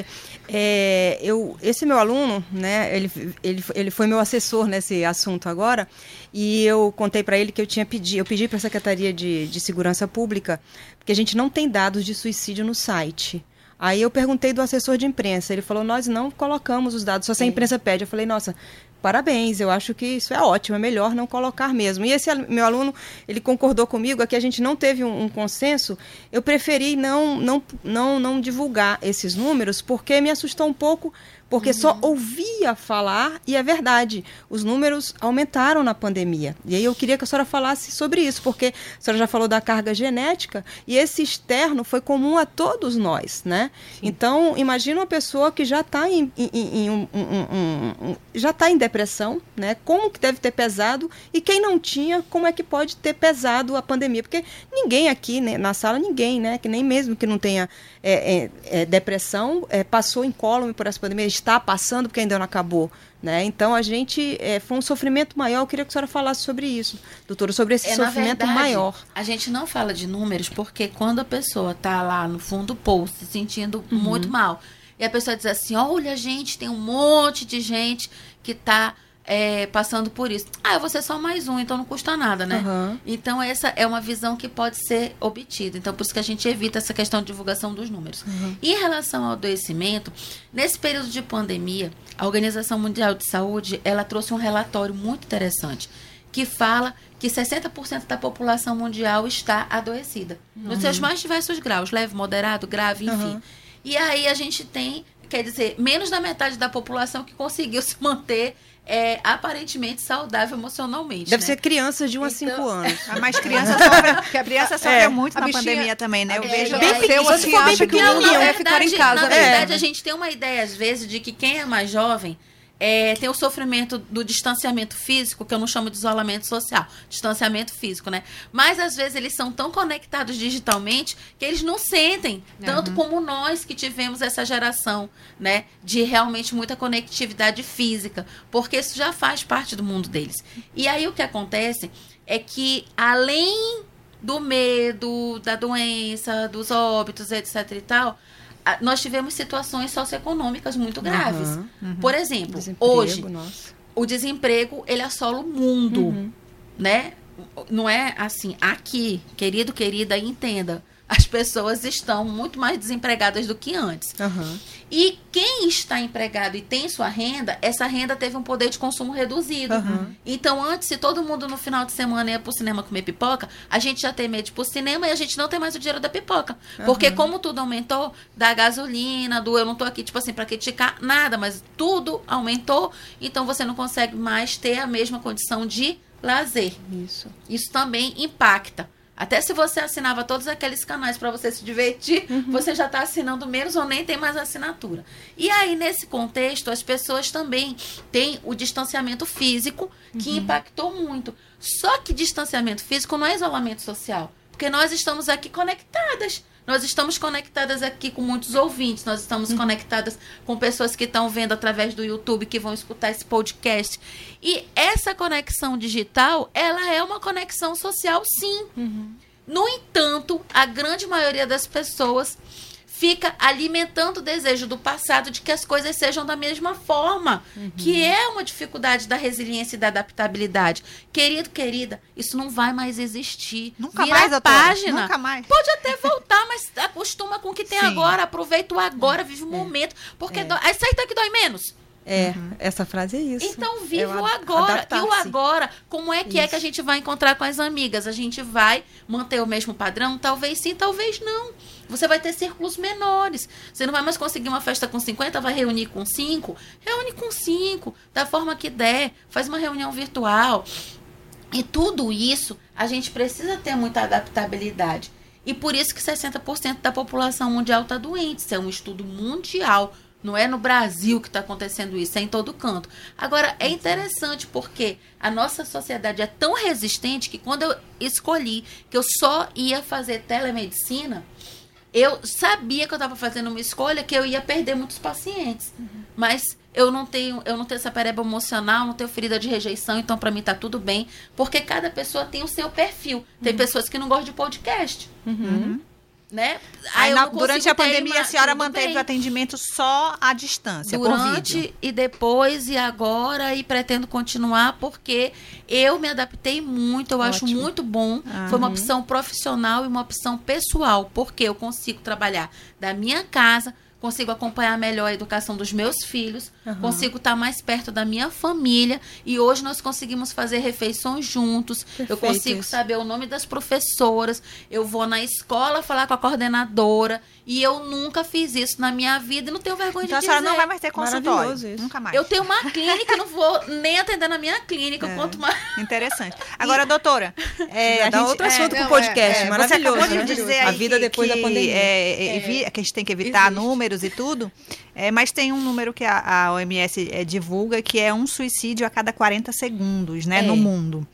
É, eu, esse meu aluno, né, ele, ele, ele foi meu assessor nesse assunto agora, e eu contei para ele que eu tinha pedido, eu pedi para a Secretaria de, de Segurança Pública, porque a gente não tem dados de suicídio no site. Aí eu perguntei do assessor de imprensa, ele falou, nós não colocamos os dados, só se a imprensa pede. Eu falei, nossa, parabéns, eu acho que isso é ótimo, é melhor não colocar mesmo. E esse meu aluno, ele concordou comigo, aqui a gente não teve um, um consenso, eu preferi não, não, não, não divulgar esses números, porque me assustou um pouco, porque uhum. só ouvia falar, e é verdade, os números aumentaram na pandemia. E aí eu queria que a senhora falasse sobre isso, porque a senhora já falou da carga genética, e esse externo foi comum a todos nós, né? Sim. Então, imagina uma pessoa que já está em, em, em, um, um, um, um, já está em depressão, né? Como que deve ter pesado, e quem não tinha, como é que pode ter pesado a pandemia? Porque ninguém aqui, né, na sala, ninguém, né? Que nem mesmo que não tenha é, é, é, depressão, é, passou incólume por essa pandemia, está passando porque ainda não acabou, né? Então a gente é, foi um sofrimento maior. Eu queria que a senhora falasse sobre isso, doutora, sobre esse é, sofrimento verdade, maior. A gente não fala de números porque quando a pessoa está lá no fundo do poço se sentindo uhum. muito mal e a pessoa diz assim, olha gente, tem um monte de gente que está É, passando por isso. Ah, eu vou ser só mais um, então não custa nada, né? Uhum. Então, essa é uma visão que pode ser obtida. Então, por isso que a gente evita essa questão de divulgação dos números. Uhum. Em relação ao adoecimento, nesse período de pandemia, a Organização Mundial de Saúde, ela trouxe um relatório muito interessante, que fala que sessenta por cento da população mundial está adoecida. Uhum. Nos seus mais diversos graus, leve, moderado, grave, enfim. Uhum. E aí, a gente tem, quer dizer, menos da metade da população que conseguiu se manter É, aparentemente saudável emocionalmente. Deve né? ser crianças de um a então, cinco anos. Ah, mas criança sofre, que a criança sofre é, muito na bichinha, pandemia também, né? Eu é, vejo bem pequeno, eu assim, acho que não, não é ficar em casa. Na né? verdade, a gente tem uma ideia, às vezes, de que quem é mais jovem é, tem o sofrimento do distanciamento físico, que eu não chamo de isolamento social, distanciamento físico, né? Mas, às vezes, eles são tão conectados digitalmente que eles não sentem, tanto uhum. como nós que tivemos essa geração, né? De realmente muita conectividade física, porque isso já faz parte do mundo deles. E aí, o que acontece é que, além do medo, da doença, dos óbitos, etc e tal, a, nós tivemos situações socioeconômicas muito graves. Uhum, uhum. Por exemplo, desemprego, hoje, nossa. o desemprego, ele assola o mundo, Uhum. né? Não é assim, aqui, querido, querida, entenda, as pessoas estão muito mais desempregadas do que antes. Uhum. E quem está empregado e tem sua renda, essa renda teve um poder de consumo reduzido. Uhum. Então, antes, se todo mundo no final de semana ia pro cinema comer pipoca, a gente já tem medo de ir pro cinema e a gente não tem mais o dinheiro da pipoca. Uhum. Porque como tudo aumentou, da gasolina, do eu não tô aqui, tipo assim, pra criticar nada, mas tudo aumentou, então você não consegue mais ter a mesma condição de lazer. Isso. Isso também impacta. Até se você assinava todos aqueles canais para você se divertir, uhum. você já está assinando menos ou nem tem mais assinatura. E aí, nesse contexto, as pessoas também têm o distanciamento físico, que uhum. impactou muito. Só que distanciamento físico não é isolamento social, porque nós estamos aqui conectadas. Nós estamos conectadas aqui com muitos ouvintes, nós estamos uhum. conectadas com pessoas que estão vendo através do YouTube, que vão escutar esse podcast. E essa conexão digital, ela é uma conexão social, sim. Uhum. No entanto, a grande maioria das pessoas fica alimentando o desejo do passado de que as coisas sejam da mesma forma, uhum. que é uma dificuldade da resiliência e da adaptabilidade. Querido, querida, isso não vai mais existir. Nunca Vira mais, a doutora. página. Nunca mais. Pode até voltar, mas acostuma com o que tem Sim. agora, aproveita o agora, vive o momento, porque É. dói. Aí sai daqui dói menos. É, Uhum. essa frase é isso. Então vive É o ad- agora. E o adaptar-se. agora, como é que Isso. é que a gente vai encontrar com as amigas? A gente vai manter o mesmo padrão? Talvez sim, talvez não. Você vai ter círculos menores. Você não vai mais conseguir uma festa com cinquenta, vai reunir com cinco? Reúne com cinco, da forma que der. Faz uma reunião virtual. E tudo isso, a gente precisa ter muita adaptabilidade. E por isso que sessenta por cento da população mundial está doente. Isso é um estudo mundial. Não é no Brasil que está acontecendo isso, é em todo canto. Agora, é interessante porque a nossa sociedade é tão resistente que quando eu escolhi que eu só ia fazer telemedicina, eu sabia que eu estava fazendo uma escolha que eu ia perder muitos pacientes. Uhum. Mas eu não tenho, eu não tenho essa pereba emocional, não tenho ferida de rejeição, então para mim tá tudo bem. Porque cada pessoa tem o seu perfil. Tem uhum. pessoas que não gostam de podcast. Uhum. Né? Aí, eu na, não durante a consigo ter pandemia, uma- a senhora tudo manteve bem. o atendimento só à distância, por vídeo. Durante e depois e agora e pretendo continuar porque eu me adaptei muito, eu acho Ótimo. muito bom. Aham. Foi uma opção profissional e uma opção pessoal, porque eu consigo trabalhar da minha casa, consigo acompanhar melhor a educação dos meus filhos, Aham. consigo estar mais perto da minha família e hoje nós conseguimos fazer refeições juntos. Eu Perfeito consigo isso. saber o nome das professoras, eu vou na escola falar com a coordenadora e eu nunca fiz isso na minha vida e não tenho vergonha Então a de senhora dizer. não vai mais ter consultório. Maravilhoso isso. Nunca mais. Eu tenho uma clínica, não vou nem atender na minha clínica, É. quanto mais. Interessante. Agora, doutora, é, a Dá gente, outro é, assunto não, pro podcast, é, é, maravilhoso. Você acabou de maravilhoso. dizer aí a vida que, depois que, da pandemia. é, É. evi- que a gente tem que evitar Existe. números e tudo, é, mas tem um número que a, a O M S é, divulga, que é um suicídio a cada quarenta segundos, né, É. no mundo.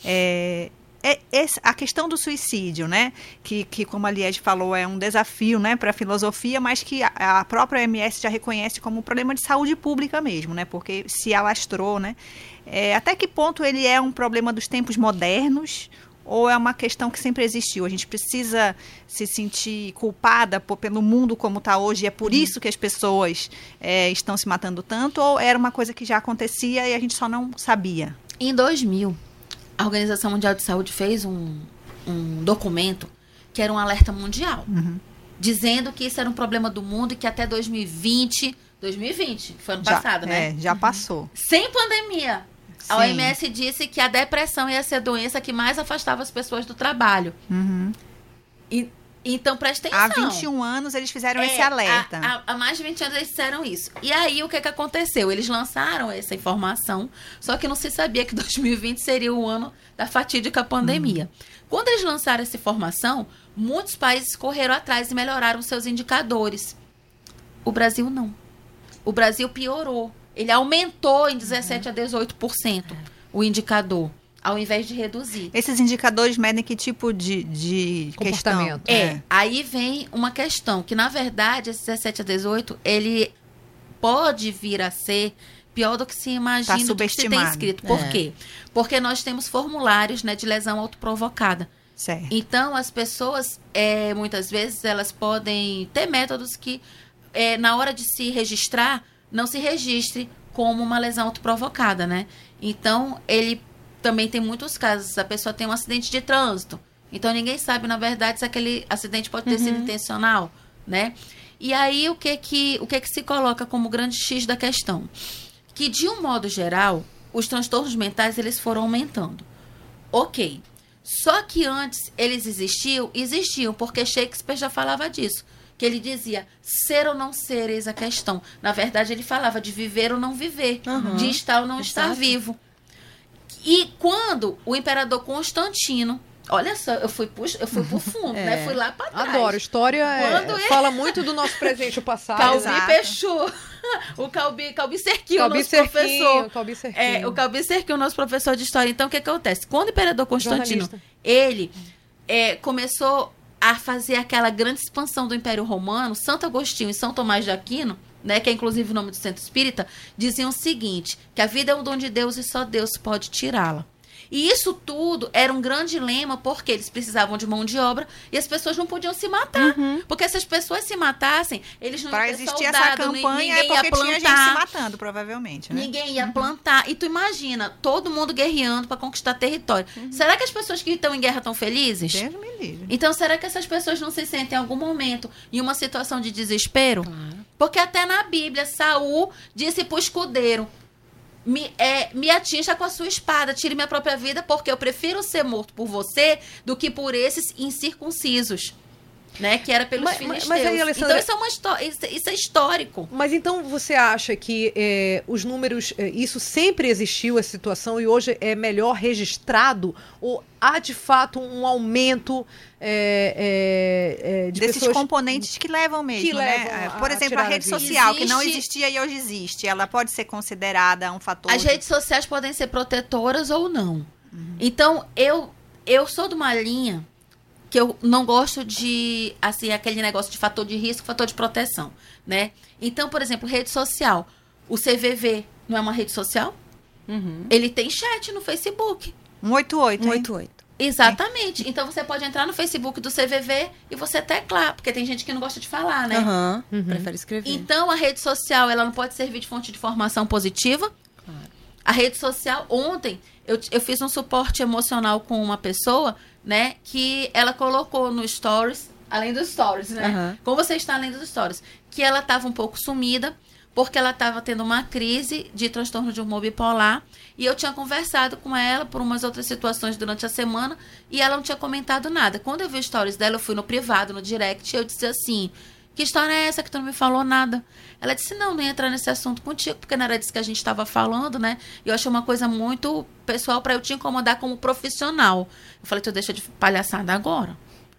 É, é, esse- a questão do suicídio, né, que, que como a Liege falou, é um desafio, né, para a filosofia, mas que a, a própria O M S já reconhece como um problema de saúde pública mesmo, né, porque se alastrou, né. É, até que ponto ele é um problema dos tempos modernos ou é uma questão que sempre existiu? A gente precisa se sentir culpada por- pelo mundo como está hoje e é por isso que as pessoas é, estão se matando tanto? Ou era uma coisa que já acontecia e a gente só não sabia? Em dois mil, a Organização Mundial de Saúde fez um, um documento que era um alerta mundial, Uhum. dizendo que isso era um problema do mundo e que até dois mil e vinte, dois mil e vinte, foi ano Já- passado, né? É, já passou. Sem pandemia. A Sim. O M S disse que a depressão ia ser a doença que mais afastava as pessoas do trabalho. Uhum. E, então, presta atenção. Há vinte e um anos eles fizeram É, esse alerta. Há, há- há mais de vinte anos eles disseram isso. E aí, o que, que aconteceu? Eles lançaram essa informação, só que não se sabia que dois mil e vinte seria o ano da fatídica pandemia. Quando eles lançaram essa informação, muitos países correram atrás e melhoraram seus indicadores. O Brasil não. O Brasil piorou. Ele aumentou em dezessete a dezoito por cento o indicador, ao invés de reduzir. Esses indicadores medem que tipo de, de questão? Comportamento. É, aí vem uma questão, que na verdade esse dezessete a dezoito, ele pode vir a ser pior do que se imagina, Tá do que se tem subestimado. escrito. Por É. quê? Porque nós temos formulários, né, de lesão autoprovocada. Certo. Então, as pessoas, é, muitas vezes, elas podem ter métodos que, é, na hora de se registrar, não se registre como uma lesão autoprovocada, né? Então, ele também tem muitos casos. A pessoa tem um acidente de trânsito. Então, ninguém sabe, na verdade, se aquele acidente pode ter uhum. sido intencional, né? E aí, o que que, o que que se coloca como grande X da questão? Que, de um modo geral, os transtornos mentais, eles foram aumentando. Ok. Só que antes eles existiam, existiam, porque Shakespeare já falava disso. Que ele dizia, ser ou não ser, eis a questão. Na verdade, ele falava de viver ou não viver, uhum. de estar ou não Exato. Estar vivo. E quando o imperador Constantino, olha só, eu fui pro, eu fui pro fundo, é. né? Fui lá para trás. Adoro, história é, ele... fala muito do nosso presente e o passado. Calbi Peixô. O Calbi, Calbi Cerquinho, o nosso Cerquinho, professor. Calbi Cerquinho. É, o Calbi Cerquinho, o nosso professor de história. Então, o que acontece? Quando o imperador Constantino, ele é, começou a fazer aquela grande expansão do Império Romano, Santo Agostinho e São Tomás de Aquino, né, que é inclusive o nome do Centro Espírita, diziam o seguinte, que a vida é um dom de Deus e só Deus pode tirá-la. E isso tudo era um grande dilema, porque eles precisavam de mão de obra e as pessoas não podiam se matar. Uhum. Porque se as pessoas se matassem, eles não pra iam ter existir soldado, essa campanha ninguém é porque ia plantar, tinha gente se matando, provavelmente. Né? Ninguém ia uhum. plantar. E tu imagina, todo mundo guerreando para conquistar território. Uhum. Será que as pessoas que estão em guerra estão felizes? Deus me livre. Então, será que essas pessoas não se sentem em algum momento em uma situação de desespero? Claro. Porque até na Bíblia, Saul disse pro escudeiro, Me, é, me atinja com a sua espada, tire minha própria vida, porque eu prefiro ser morto por você do que por esses incircuncisos, né? Que era pelos mas, filisteus. Mas aí, Alessandra, então isso é, uma isso, isso é histórico. Mas então você acha que é, os números, é, isso sempre existiu, essa situação, e hoje é melhor registrado? Ou há de fato um aumento é, é, é, de desses pessoas componentes que levam mesmo, que né? levam a, Por exemplo, a, a rede social, existe... que não existia e hoje existe, ela pode ser considerada um fator... As de... redes sociais podem ser protetoras ou não. Uhum. Então, eu, eu sou de uma linha que eu não gosto de, assim, aquele negócio de fator de risco, fator de proteção, né? Então, por exemplo, rede social. O C V V não é uma rede social? Uhum. Ele tem chat no Facebook. um oito oito, um oito oito. Exatamente. Então, você pode entrar no Facebook do C V V e você teclar, porque tem gente que não gosta de falar, né? Uhum. Uhum. Prefere escrever. Então, a rede social, ela não pode servir de fonte de informação positiva? Claro. A rede social, ontem, eu, eu fiz um suporte emocional com uma pessoa, né, que ela colocou no Stories, além dos Stories, né? Uhum. Como você está além dos Stories? Que ela estava um pouco sumida, porque ela estava tendo uma crise de transtorno de humor bipolar, e eu tinha conversado com ela por umas outras situações durante a semana, e ela não tinha comentado nada. Quando eu vi Stories dela, eu fui no privado, no direct, e eu disse assim, que história é essa que tu não me falou nada? Ela disse, não, não ia entrar nesse assunto contigo, porque não era disso que a gente estava falando, né? E eu achei uma coisa muito pessoal para eu te incomodar como profissional. Eu falei, tu deixa de palhaçada agora.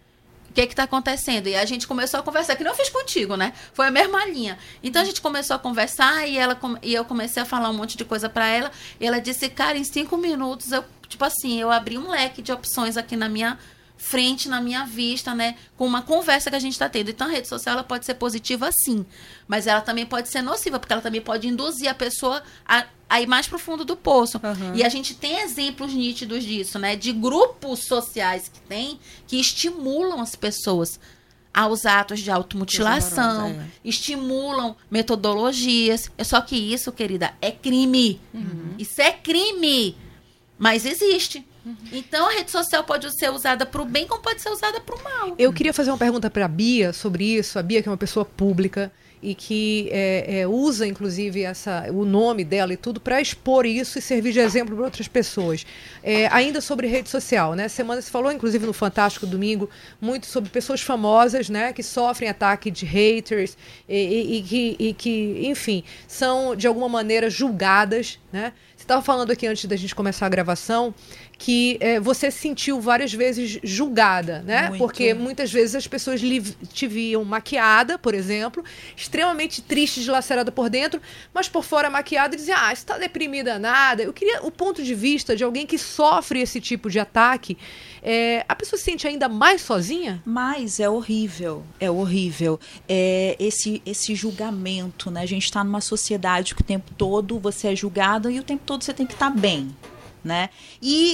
O que que tá acontecendo? E a gente começou a conversar, que não eu fiz contigo, né? Foi a mesma linha. Então a gente começou a conversar e, ela, e eu comecei a falar um monte de coisa para ela. E ela disse, cara, em cinco minutos, eu, tipo assim, eu abri um leque de opções aqui na minha frente, na minha vista, né, com uma conversa que a gente está tendo. Então, a rede social, ela pode ser positiva, sim, mas ela também pode ser nociva, porque ela também pode induzir a pessoa a, a ir mais pro fundo do poço. Uhum. E a gente tem exemplos nítidos disso, né, de grupos sociais que tem, que estimulam as pessoas aos atos de automutilação, é. estimulam metodologias. É só que isso, querida, é crime. Uhum. Isso é crime, mas existe. Uhum. Então, a rede social pode ser usada para o bem, como pode ser usada para o mal. Eu queria fazer uma pergunta para a Bia sobre isso. A Bia, que é uma pessoa pública e que é, é, usa, inclusive, essa, o nome dela e tudo para expor isso e servir de exemplo para outras pessoas. É, ainda sobre rede social, né? Semana se falou, inclusive, no Fantástico Domingo, muito sobre pessoas famosas, né, que sofrem ataque de haters e, e, e, que, e que, enfim, são, de alguma maneira, julgadas, né? Você estava falando aqui, antes da gente começar a gravação, que é, você se sentiu várias vezes julgada, né? Muito. Porque muitas vezes as pessoas li- te viam maquiada, por exemplo, extremamente triste, dilacerada por dentro, mas por fora maquiada e diziam, ah, você está deprimida nada. Eu queria o ponto de vista de alguém que sofre esse tipo de ataque. É, a pessoa se sente ainda mais sozinha? Mas é horrível, é horrível. É esse, esse julgamento, né? A gente está numa sociedade que o tempo todo você é julgado e o tempo todo você tem que estar bem, né? E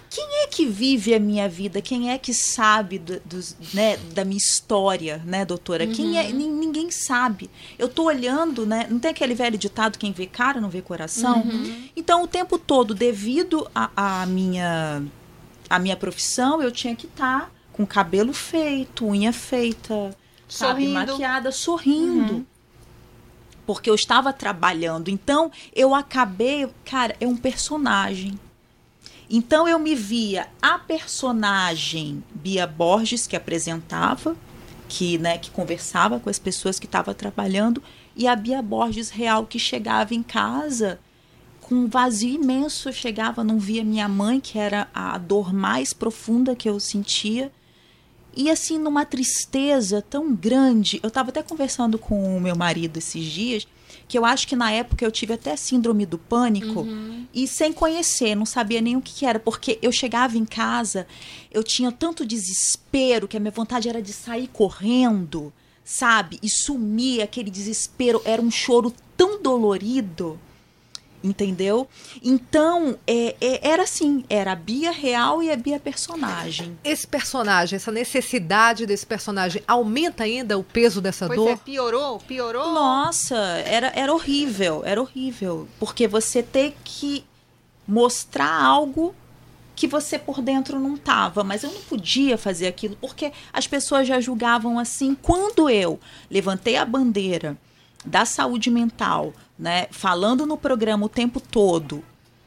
quem é que vive a minha vida? Quem é que sabe do, dos, né, da minha história, né, doutora? Uhum. Quem é? N- ninguém sabe. Eu tô olhando, né? Não tem aquele velho ditado, quem vê cara não vê coração? Uhum. Então, o tempo todo, devido à minha, a minha profissão, eu tinha que estar com cabelo feito, unha feita, sabe, maquiada, sorrindo. Uhum. Porque eu estava trabalhando. Então, eu acabei... Cara, é um personagem. Então, eu me via a personagem Bia Borges, que apresentava, que, né, que conversava com as pessoas que estavam trabalhando, e a Bia Borges real, que chegava em casa com um vazio imenso. Eu chegava, não via minha mãe, que era a dor mais profunda que eu sentia. E assim, numa tristeza tão grande. Eu estava até conversando com o meu marido esses dias, que eu acho que na época eu tive até síndrome do pânico, uhum. e sem conhecer, não sabia nem o que, que era, porque eu chegava em casa, eu tinha tanto desespero, que a minha vontade era de sair correndo, sabe? E sumir, aquele desespero, era um choro tão dolorido, entendeu? Então, é, é, era assim, era a Bia real e a Bia personagem. Esse personagem, essa necessidade desse personagem, aumenta ainda o peso dessa pois dor? É, piorou, piorou. Nossa, era, era horrível, era horrível. Porque você ter que mostrar algo que você por dentro não tava, mas eu não podia fazer aquilo, porque as pessoas já julgavam assim. Quando eu levantei a bandeira da saúde mental, né, falando no programa o tempo todo,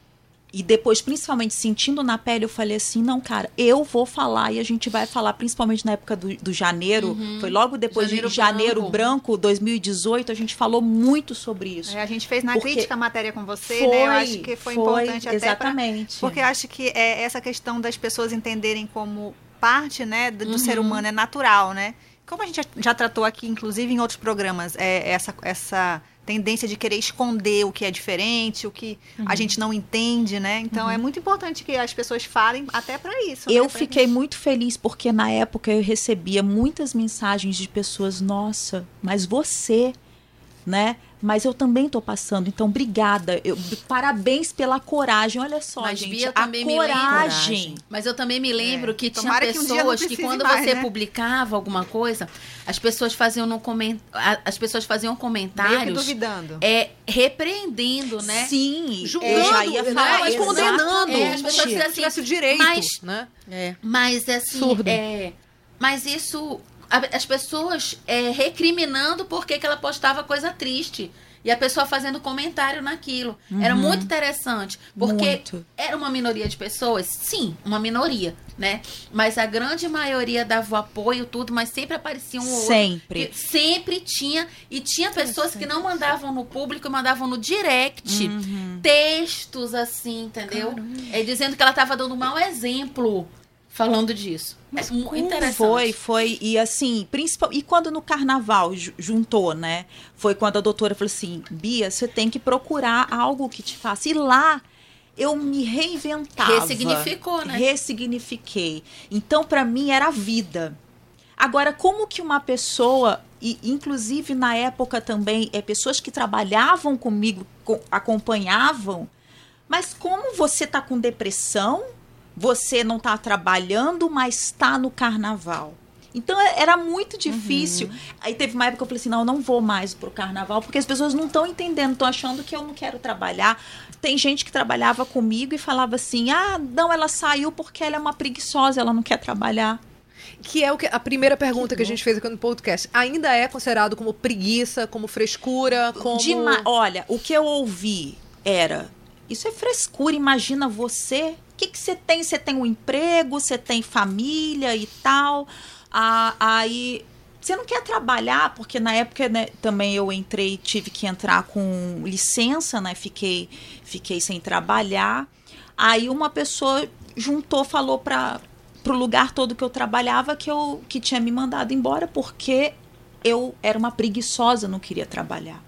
e depois principalmente sentindo na pele, eu falei assim, não, cara, eu vou falar, e a gente vai falar, principalmente na época do, do janeiro, uhum. foi logo depois janeiro de Janeiro Branco. Branco, dois mil e dezoito, a gente falou muito sobre isso. É, a gente fez na crítica a matéria com você, foi, né, eu acho que foi, foi importante até exatamente. Pra, porque eu acho que é essa questão das pessoas entenderem como parte, né, do, do uhum. ser humano é natural, né, como a gente já, já tratou aqui, inclusive em outros programas, é, essa, essa tendência de querer esconder o que é diferente, o que uhum. a gente não entende, né? Então, uhum. é muito importante que as pessoas falem até para isso. Eu né? fiquei gente... muito feliz, porque na época eu recebia muitas mensagens de pessoas, nossa, mas você, né? Mas eu também tô passando, então obrigada. Eu, parabéns pela coragem. Olha só, mas, gente, Bia, a também coragem. Me mas eu também me lembro é. que Tomara tinha pessoas que, um que quando mais, você né? publicava alguma coisa, as pessoas faziam no coment... as pessoas faziam comentários, meio que duvidando, é repreendendo, né? Sim, julgando, eu já ia falar, mas condenando, é, as pessoas diziam assim, tivesse o direito, mas, né? É. Mas assim, Surdo. é, mas isso, as pessoas é, recriminando porque que ela postava coisa triste. E a pessoa fazendo comentário naquilo. Uhum. Era muito interessante. Porque muito. Era uma minoria de pessoas. Sim, uma minoria, né? Mas a grande maioria dava o apoio, tudo, mas sempre aparecia um outro. Sempre. Sempre tinha. E tinha pessoas que não mandavam no público, mandavam no direct. Uhum. Textos assim, entendeu? É, dizendo que ela estava dando um mau exemplo. Falando disso. Mas é muito interessante. Foi, foi. E assim, principal, e quando no carnaval juntou, né? Foi quando a doutora falou assim, Bia, você tem que procurar algo que te faça. E lá eu me reinventava. Ressignificou, né? Ressignifiquei. Então, para mim, era a vida. Agora, como que uma pessoa, e inclusive na época também, é, pessoas que trabalhavam comigo, com, acompanhavam, mas como você tá com depressão, você não está trabalhando, mas está no carnaval. Então, era muito difícil. Uhum. Aí teve uma época que eu falei assim, não, eu não vou mais pro carnaval, porque as pessoas não estão entendendo, estão achando que eu não quero trabalhar. Tem gente que trabalhava comigo e falava assim, ah, não, ela saiu porque ela é uma preguiçosa, ela não quer trabalhar. Que é o que, a primeira pergunta que, que a gente fez aqui no podcast. Ainda é considerado como preguiça, como frescura, como... Dema- Olha, o que eu ouvi era, isso é frescura, imagina você... O que, que você tem? Você tem um emprego, você tem família e tal. Ah, aí você não quer trabalhar, porque na época, né, também eu entrei, tive que entrar com licença, né? Fiquei, fiquei sem trabalhar. Aí uma pessoa juntou, falou para o lugar todo que eu trabalhava que, eu, que tinha me mandado embora porque eu era uma preguiçosa, não queria trabalhar.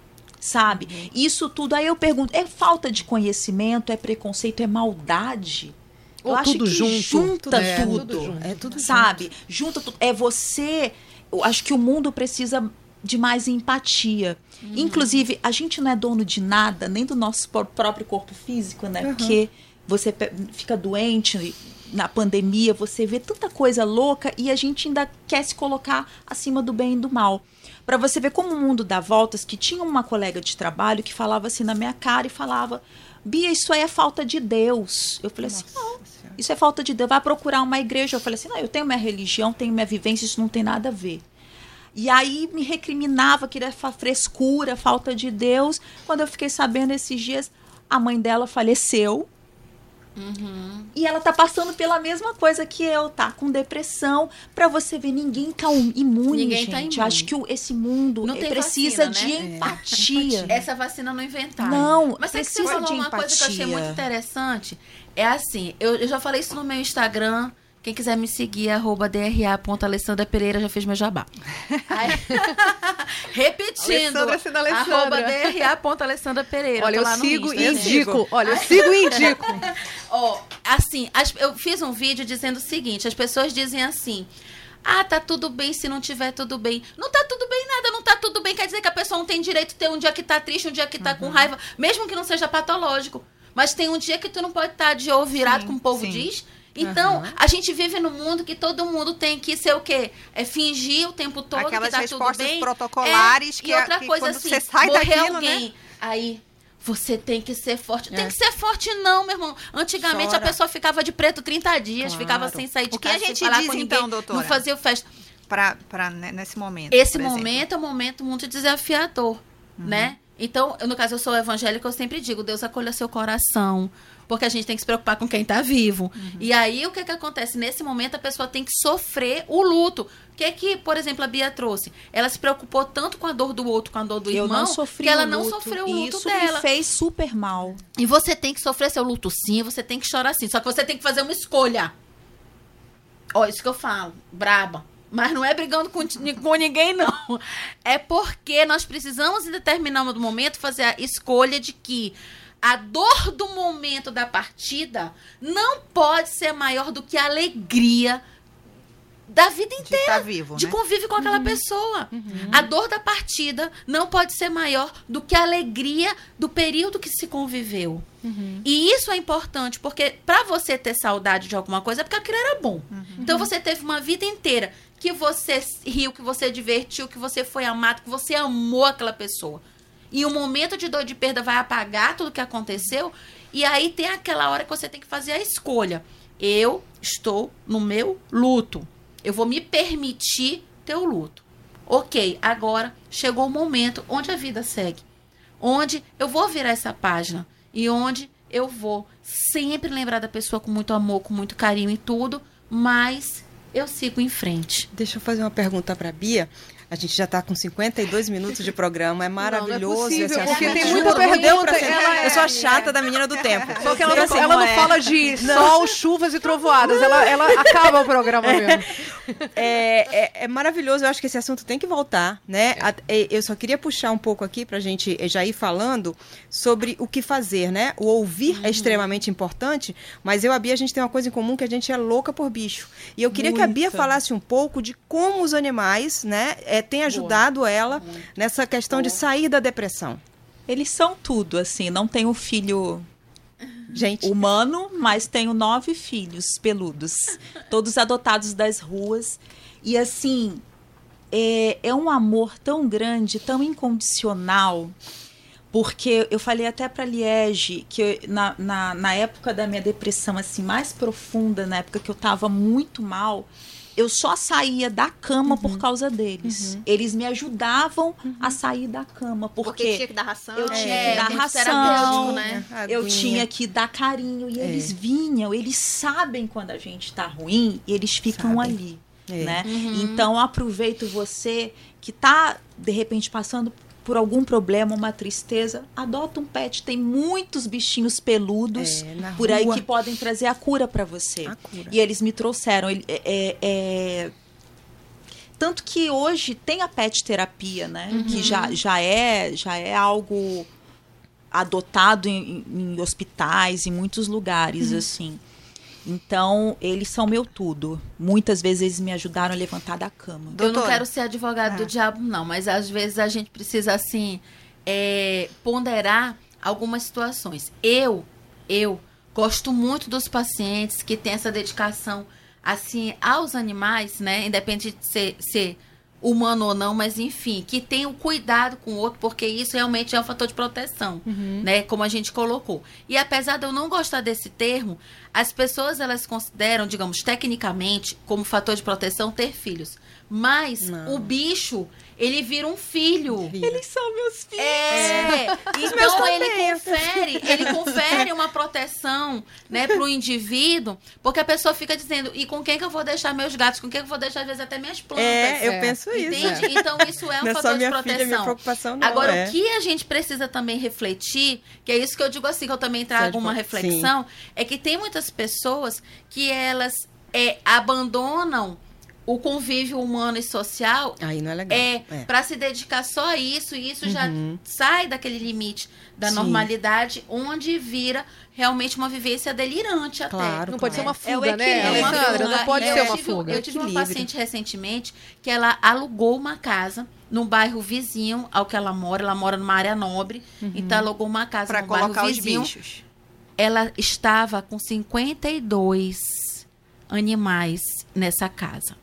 Sabe? Uhum. Isso tudo, aí eu pergunto, é falta de conhecimento, é preconceito, é maldade? Ou eu acho tudo que junto, junta é, tudo, tudo junto. É tudo sabe? Junto. Junta tudo. É você, eu acho que o mundo precisa de mais empatia. Uhum. Inclusive, a gente não é dono de nada, nem do nosso próprio corpo físico, né? Uhum. Porque você pe- fica doente na pandemia, você vê tanta coisa louca e a gente ainda quer se colocar acima do bem e do mal. Para você ver como o mundo dá voltas, que tinha uma colega de trabalho que falava assim na minha cara e falava, Bia, isso aí é falta de Deus. Eu falei Nossa assim, não, senhora. Isso é falta de Deus, vai procurar uma igreja. Eu falei assim, não, eu tenho minha religião, tenho minha vivência, isso não tem nada a ver. E aí me recriminava que era frescura, falta de Deus. Quando eu fiquei sabendo esses dias, a mãe dela faleceu. Uhum. E ela tá passando pela mesma coisa que eu, tá com depressão. Pra você ver, ninguém tá imune, ninguém gente. Tá imune. Acho que o, esse mundo não precisa vacina, de né? empatia. É. Essa vacina não inventaram. Não, mas precisa você falou de uma empatia. coisa que eu achei muito interessante. É assim, eu, eu já falei isso no meu Instagram. Quem quiser me seguir, arroba dra ponto alessandra pereira, já fez meu jabá. Aí, repetindo, arroba dra ponto alessandra pereira. Olha, eu, eu sigo Insta, e indico. Olha, eu sigo e indico. Ó, assim, as, eu fiz um vídeo dizendo o seguinte, as pessoas dizem assim, ah, tá tudo bem se não tiver tudo bem. Não tá tudo bem nada, não tá tudo bem, quer dizer que a pessoa não tem direito de ter um dia que tá triste, um dia que tá uhum. com raiva, mesmo que não seja patológico. Mas tem um dia que tu não pode estar de ovo virado, sim, como o povo sim. diz. Então, uhum. a gente vive num mundo que todo mundo tem que ser o quê? É fingir o tempo todo aquelas que tá respostas tudo bem. protocolares é, que, e outra que coisa quando assim, você sai morrer daquilo, alguém, né? Aí você tem que ser forte. É. Tem que ser forte não, meu irmão. Antigamente Chora. A pessoa ficava de preto trinta dias, claro. Ficava sem sair de o que casa, a gente sem falar diz, com ninguém, então, doutora? não fazia festa. Pra, pra, nesse momento, Esse momento é um momento muito desafiador, uhum. né? Então, eu, no caso, eu sou evangélica, eu sempre digo, Deus acolha seu coração, porque a gente tem que se preocupar com quem está vivo. Uhum. E aí, o que que acontece? Nesse momento, a pessoa tem que sofrer o luto. O que que, por exemplo, a Bia trouxe? Ela se preocupou tanto com a dor do outro, com a dor do eu irmão, não sofri que ela o não luto. sofreu o luto Isso dela. me fez super mal. E você tem que sofrer seu luto sim, você tem que chorar sim. Só que você tem que fazer uma escolha. Ó, isso que eu falo, braba. Mas não é brigando com, com ninguém, não. É porque nós precisamos, em determinado momento, fazer a escolha de que a dor do momento da partida não pode ser maior do que a alegria da vida inteira. De, tá vivo, de né? convívio com aquela uhum. pessoa. Uhum. A dor da partida não pode ser maior do que a alegria do período que se conviveu. Uhum. E isso é importante, porque para você ter saudade de alguma coisa, é porque aquilo era bom. Uhum. Então você teve uma vida inteira que você riu, que você divertiu, que você foi amado, que você amou aquela pessoa. E o momento de dor de perda vai apagar tudo que aconteceu. E aí tem aquela hora que você tem que fazer a escolha. Eu estou no meu luto. Eu vou me permitir ter o luto. Ok, agora chegou o momento onde a vida segue. Onde eu vou virar essa página. E onde eu vou sempre lembrar da pessoa com muito amor, com muito carinho e tudo. Mas eu sigo em frente. Deixa eu fazer uma pergunta para a Bia. A gente já está com cinquenta e dois minutos de programa, é maravilhoso. Não, não é possível, esse porque assunto. tem muita pergunta. Ela é... Eu sou a chata da menina do tempo. Só que ela, não, assim, ela não é... fala de sol, chuvas e trovoadas. Ela, ela acaba o programa mesmo. É, é, é maravilhoso, eu acho que esse assunto tem que voltar, né? É. Eu só queria puxar um pouco aqui para a gente já ir falando sobre o que fazer, né? O ouvir uhum. é extremamente importante, mas eu e a Bia, a gente tem uma coisa em comum, que a gente é louca por bicho. E eu queria Muito. que a Bia falasse um pouco de como os animais, né, é, têm ajudado Boa. ela Muito. nessa questão Boa. de sair da depressão. Eles são tudo, assim, não tenho filho... Gente. humano, mas tenho nove filhos peludos, todos adotados das ruas. E assim, é, é um amor tão grande, tão incondicional, porque eu falei até para Liege que eu, na, na, na época da minha depressão assim, mais profunda, na época que eu estava muito mal, eu só saía da cama uhum. por causa deles. Uhum. Eles me ajudavam uhum. a sair da cama. Porque, porque tinha que dar ração. Eu tinha é, que dar ração, né? eu tinha que dar carinho. E é. eles vinham, eles sabem quando a gente tá ruim e eles ficam sabem. ali. É. Né? Uhum. Então, eu aproveito você que tá, de repente, passando por algum problema, uma tristeza, adota um pet. Tem muitos bichinhos peludos é, por rua. aí que podem trazer a cura para você. Cura. E eles me trouxeram. Ele, é, é, é... Tanto que hoje tem a pet terapia, né? Uhum. Que já, já, é, já é algo adotado em, em hospitais, em muitos lugares, uhum. assim. Então, eles são meu tudo. Muitas vezes eles me ajudaram a levantar da cama. Eu não quero ser advogado ah. do diabo, não. Mas, às vezes, a gente precisa, assim, é, ponderar algumas situações. Eu, eu, Gosto muito dos pacientes que têm essa dedicação, assim, aos animais, né? Independente de ser, ser humano ou não, mas enfim, que tem o cuidado com o outro, porque isso realmente é um fator de proteção, uhum. né? Como a gente colocou. E apesar de eu não gostar desse termo, as pessoas, elas consideram, digamos, tecnicamente, como fator de proteção, ter filhos. Mas não. o bicho, ele vira um filho. Eles são meus filhos. É. é. Então ele confere, ele confere uma proteção, né, pro indivíduo, porque a pessoa fica dizendo, e com quem que eu vou deixar meus gatos? Com quem que eu vou deixar, às vezes, até minhas plantas? É, eu é. penso Entende? isso. Entende? Então isso é um não fator é só minha de proteção. Filha, minha preocupação não Agora, é. o que a gente precisa também refletir, que é isso que eu digo assim, que eu também trago uma reflexão, sim. é que tem muitas pessoas que elas é, abandonam o convívio humano e social. Aí não é legal. É, é. para se dedicar só a isso, e isso uhum. já sai daquele limite da sim. normalidade, onde vira realmente uma vivência delirante até. Claro, não claro. pode ser uma fuga, é né, Alessandra? Não pode é, ser uma tive, fuga. Eu tive uma paciente recentemente que ela alugou uma casa num bairro vizinho ao que ela mora. Ela mora numa área nobre, uhum. então alugou uma casa pra num bairro colocar vizinho. Os bichos. Ela estava com cinquenta e dois animais nessa casa.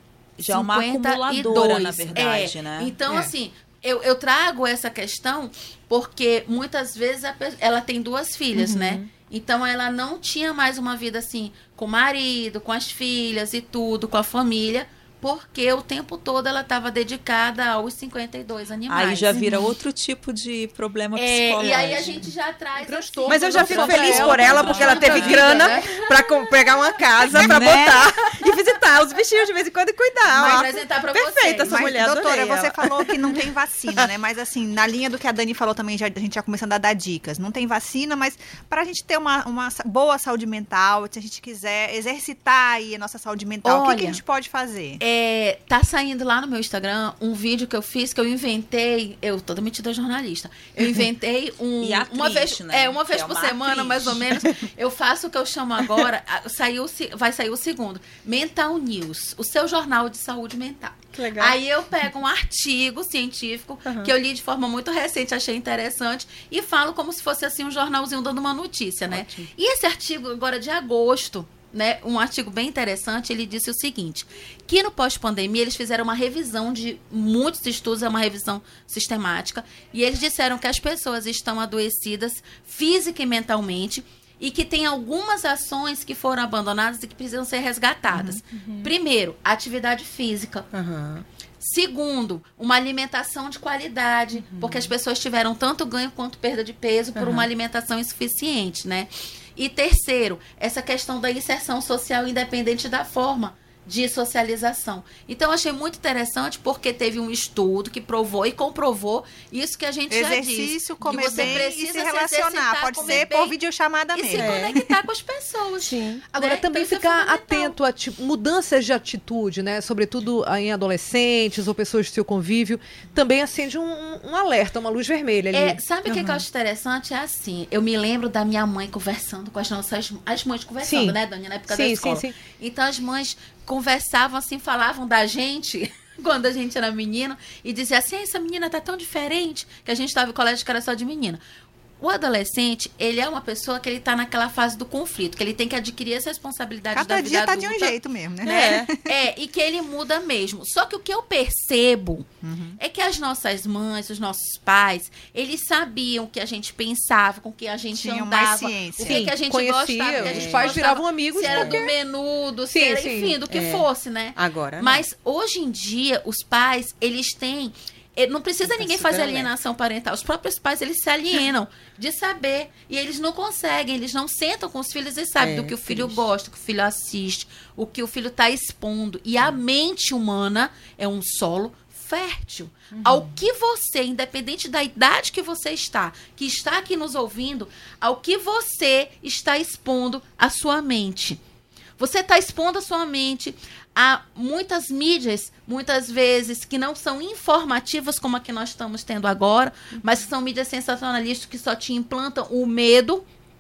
Já uma acumuladora, na verdade, é. né? Então, é. assim, eu, eu trago essa questão porque muitas vezes a, ela tem duas filhas, uhum. né? Então, ela não tinha mais uma vida, assim, com o marido, com as filhas e tudo, com a família, porque o tempo todo ela estava dedicada aos cinquenta e dois animais. Aí já vira uhum. outro tipo de problema é, psicológico. E aí a gente já traz... Assim, mas eu já fico feliz ela, por ela, porque ela teve grana né? pra pegar uma casa, pra né? botar e visitar os bichinhos de vez em quando e cuidar. Mas apresentar pra Perfeita vocês. essa mas, mulher, doutora, você ela. falou que não tem vacina, né? Mas assim, na linha do que a Dani falou também, já, a gente já começando a dar dicas. Não tem vacina, mas pra gente ter uma, uma boa saúde mental, se a gente quiser exercitar aí a nossa saúde mental, Olha, o que, que a gente pode fazer? É, tá saindo lá no meu Instagram um vídeo que eu fiz, que eu inventei, eu toda metida jornalista, eu inventei um, e atriz, uma vez, né? é, uma vez é por uma semana, atriz. mais ou menos, eu faço o que eu chamo agora, saiu, vai sair o segundo, Mental News, o seu jornal de saúde mental. Que legal. Aí eu pego um artigo científico, uhum. que eu li de forma muito recente, achei interessante, e falo como se fosse assim um jornalzinho dando uma notícia, né? Ótimo. E esse artigo agora de agosto, né, um artigo bem interessante, ele disse o seguinte, que no pós-pandemia eles fizeram uma revisão de muitos estudos, é uma revisão sistemática, e eles disseram que as pessoas estão adoecidas física e mentalmente, e que tem algumas ações que foram abandonadas e que precisam ser resgatadas. Uhum, uhum. Primeiro, atividade física. Uhum. Segundo, uma alimentação de qualidade, uhum. porque as pessoas tiveram tanto ganho quanto perda de peso por uhum. uma alimentação insuficiente, né? E terceiro, essa questão da inserção social independente da forma de socialização. Então, eu achei muito interessante porque teve um estudo que provou e comprovou isso que a gente Exercício, já disse. Exercício, comer você bem precisa e se relacionar. Se Pode ser por videochamada mesmo. E se é. conectar com as pessoas. Sim. Agora, né? também então, ficar é atento a mudanças de atitude, né? Sobretudo em adolescentes ou pessoas do seu convívio. Também acende um, um alerta, uma luz vermelha ali. É, sabe o uhum. que, que eu acho interessante? É assim, eu me lembro da minha mãe conversando com as nossas... As mães conversando, sim. né, Dani? Na época sim, da escola. Sim, sim. Então, as mães conversavam assim, falavam da gente quando a gente era menino e diziam assim, essa menina tá tão diferente, que a gente estava em colégio que era só de menina. O adolescente, ele é uma pessoa que ele tá naquela fase do conflito, que ele tem que adquirir as responsabilidades Cada da vida dia tá adulta. de um jeito mesmo, né? É, é, e que ele muda mesmo. Só que o que eu percebo uhum. é que as nossas mães, os nossos pais, eles sabiam o que a gente pensava, com o que a gente Tinham andava, mais ciência. o que, sim, que a gente conhecia, gostava. Que a gente os pais gostava, viravam amigos. Se era porque... do menudo, se sim, era, sim. enfim, do que é. fosse, né? Agora, Mas hoje em dia, os pais, eles têm... Não precisa ninguém fazer alienação parental. Os próprios pais, eles se alienam de saber. E eles não conseguem, eles não sentam com os filhos e sabem é, do que o filho triste. gosta, o que o filho assiste, o que o filho está expondo. E a mente humana é um solo fértil. Uhum. Ao que você, independente da idade que você está, que está aqui nos ouvindo, ao que você está expondo a sua mente. Você está expondo a sua mente a muitas mídias, muitas vezes, que não são informativas como a que nós estamos tendo agora, mas que são mídias sensacionalistas que só te implantam o medo,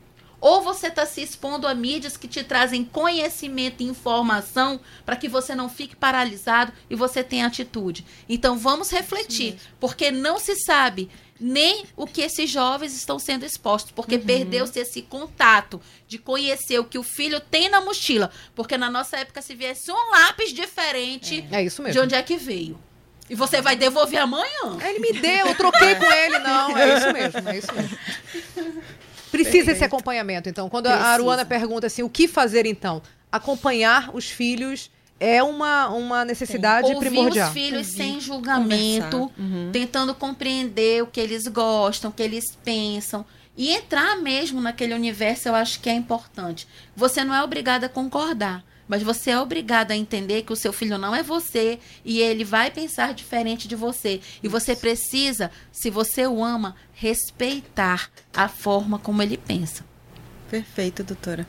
ou você está se expondo a mídias que te trazem conhecimento e informação para que você não fique paralisado e você tenha atitude. Então, vamos refletir, porque não se sabe nem o que esses jovens estão sendo expostos, porque uhum. perdeu-se esse contato de conhecer o que o filho tem na mochila, porque na nossa época, se viesse um lápis diferente, é, é isso mesmo. De onde é que veio? E você vai devolver amanhã? Ele me deu, eu troquei com ele, não, é isso mesmo, é isso mesmo. Precisa Perfeito. Esse acompanhamento, então. Quando Precisa. A Aruana pergunta assim, o que fazer, então? Acompanhar os filhos é uma, uma necessidade Ouvir primordial. Ouvir os filhos Ouvir. Sem julgamento, uhum. tentando compreender o que eles gostam, o que eles pensam. E entrar mesmo naquele universo, eu acho que é importante. Você não é obrigada a concordar, mas você é obrigada a entender que o seu filho não é você e ele vai pensar diferente de você. E você precisa, se você o ama, respeitar a forma como ele pensa. Perfeito, doutora.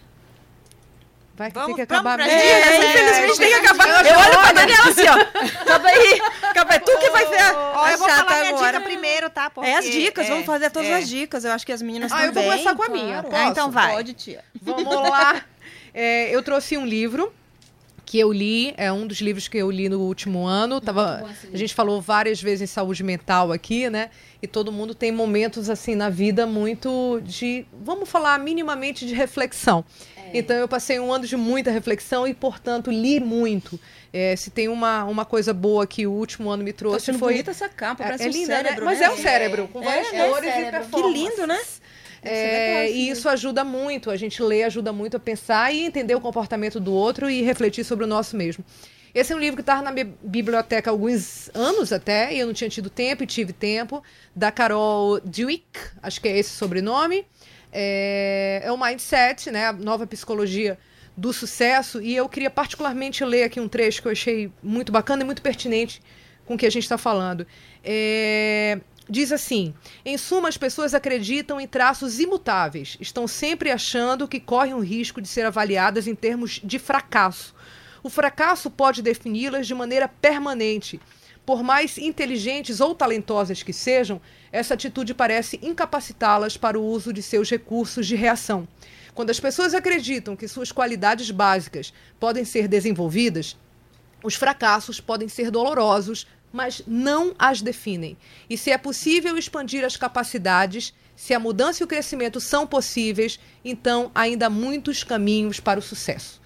Vai que vamos, tem que acabar mesmo. É, é, infelizmente tem que acabar. Eu, eu olho pra Daniela assim, ó. Acaba aí. Acaba aí. Tu que vai ser a, a eu vou falar minha agora. dica primeiro, tá? Porque, é as dicas, é, vamos fazer todas é. as dicas. Eu acho que as meninas ah, também. Ah, eu vou começar com a claro. minha. Posso? Ah, então vai. Pode, tia. Vamos lá. É, eu trouxe um livro que eu li, é um dos livros que eu li no último ano. Tava, a gente falou várias vezes em saúde mental aqui, né? E todo mundo tem momentos assim na vida muito de, vamos falar minimamente de reflexão. É. Então eu passei um ano de muita reflexão e, portanto, li muito. É, se tem uma, uma coisa boa que o último ano me trouxe, tá foi... bonita essa capa, é, parece é um linda, cérebro, né? Mas né? é um cérebro, com várias é, cores é e performances. Que lindo, né? É, e isso ajuda muito, a gente lê ajuda muito a pensar e entender o comportamento do outro e refletir sobre o nosso mesmo. Esse é um livro que estava na minha biblioteca há alguns anos até, e eu não tinha tido tempo e tive tempo, da Carol Dweck, acho que é esse o sobrenome. É, é o Mindset, né, a nova psicologia do sucesso, e eu queria particularmente ler aqui um trecho que eu achei muito bacana e muito pertinente com o que a gente está falando. É... Diz assim, em suma, as pessoas acreditam em traços imutáveis, estão sempre achando que correm o risco de ser avaliadas em termos de fracasso. O fracasso pode defini-las de maneira permanente. Por mais inteligentes ou talentosas que sejam, essa atitude parece incapacitá-las para o uso de seus recursos de reação. Quando as pessoas acreditam que suas qualidades básicas podem ser desenvolvidas, os fracassos podem ser dolorosos, mas não as definem. E se é possível expandir as capacidades, se a mudança e o crescimento são possíveis, então ainda há muitos caminhos para o sucesso.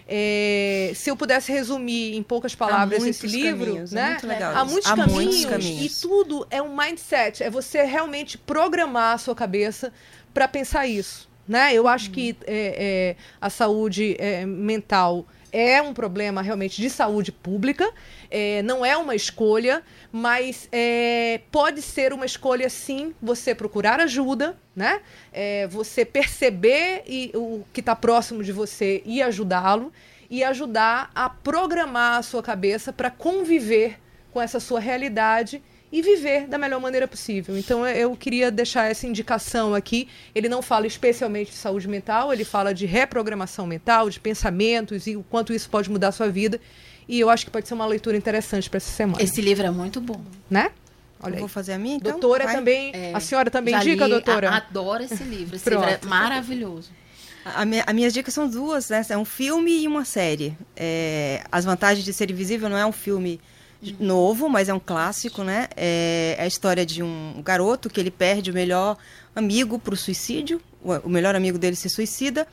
É, se eu pudesse resumir em poucas palavras esse livro, caminhos, né? É muito legal. Há muitos, há caminhos, muitos caminhos e tudo é um mindset, é você realmente programar a sua cabeça para pensar isso, né? Eu acho hum. que é, é, a saúde é, mental é um problema realmente de saúde pública, é, não é uma escolha, mas é, pode ser uma escolha, sim, você procurar ajuda, né? É, você perceber e, o que está próximo de você e ajudá-lo, e ajudar a programar a sua cabeça para conviver com essa sua realidade e viver da melhor maneira possível. Então, eu queria deixar essa indicação aqui. Ele não fala especialmente de saúde mental, ele fala de reprogramação mental, de pensamentos e o quanto isso pode mudar a sua vida. E eu acho que pode ser uma leitura interessante para essa semana. Esse livro é muito bom. Né? Olha eu aí. Vou fazer a minha, então? Doutora Vai. também. É, a senhora também indica, li, doutora? A, adoro esse livro. Esse livro é maravilhoso. A minha, as minhas dicas são duas, né? É um filme e uma série. É, As Vantagens de Ser Invisível não é um filme novo, mas é um clássico, né? É, é a história de um garoto que ele perde o melhor amigo para o suicídio, o melhor amigo dele se suicida,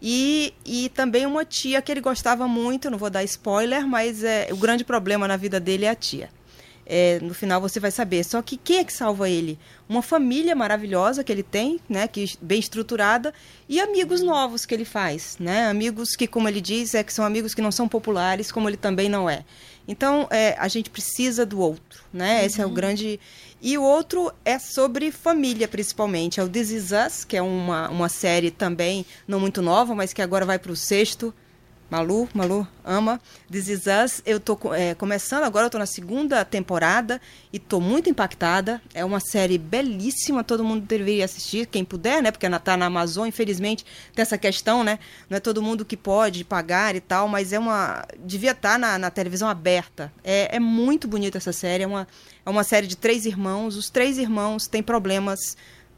e, e também uma tia que ele gostava muito, não vou dar spoiler, mas é, o grande problema na vida dele é a tia. É, no final você vai saber. Só que quem é que salva ele? Uma família maravilhosa que ele tem, né, que, bem estruturada, e amigos novos que ele faz, né? Amigos que, como ele diz, é que são amigos que não são populares, como ele também não é. Então, é, a gente precisa do outro, né? Uhum. Esse é o grande... E o outro é sobre família, principalmente. É o This Is Us, que é uma, uma série também não muito nova, mas que agora vai para o sexto. Malu, Malu ama This Is Us. Eu tô é, começando agora, eu tô na segunda temporada e tô muito impactada. É uma série belíssima, todo mundo deveria assistir, quem puder, né? Porque ela tá na Amazon, infelizmente, tem essa questão, né? Não é todo mundo que pode pagar e tal, mas é uma... devia estar na, na televisão aberta. É, é muito bonita essa série, é uma, é uma série de três irmãos. Os três irmãos têm problemas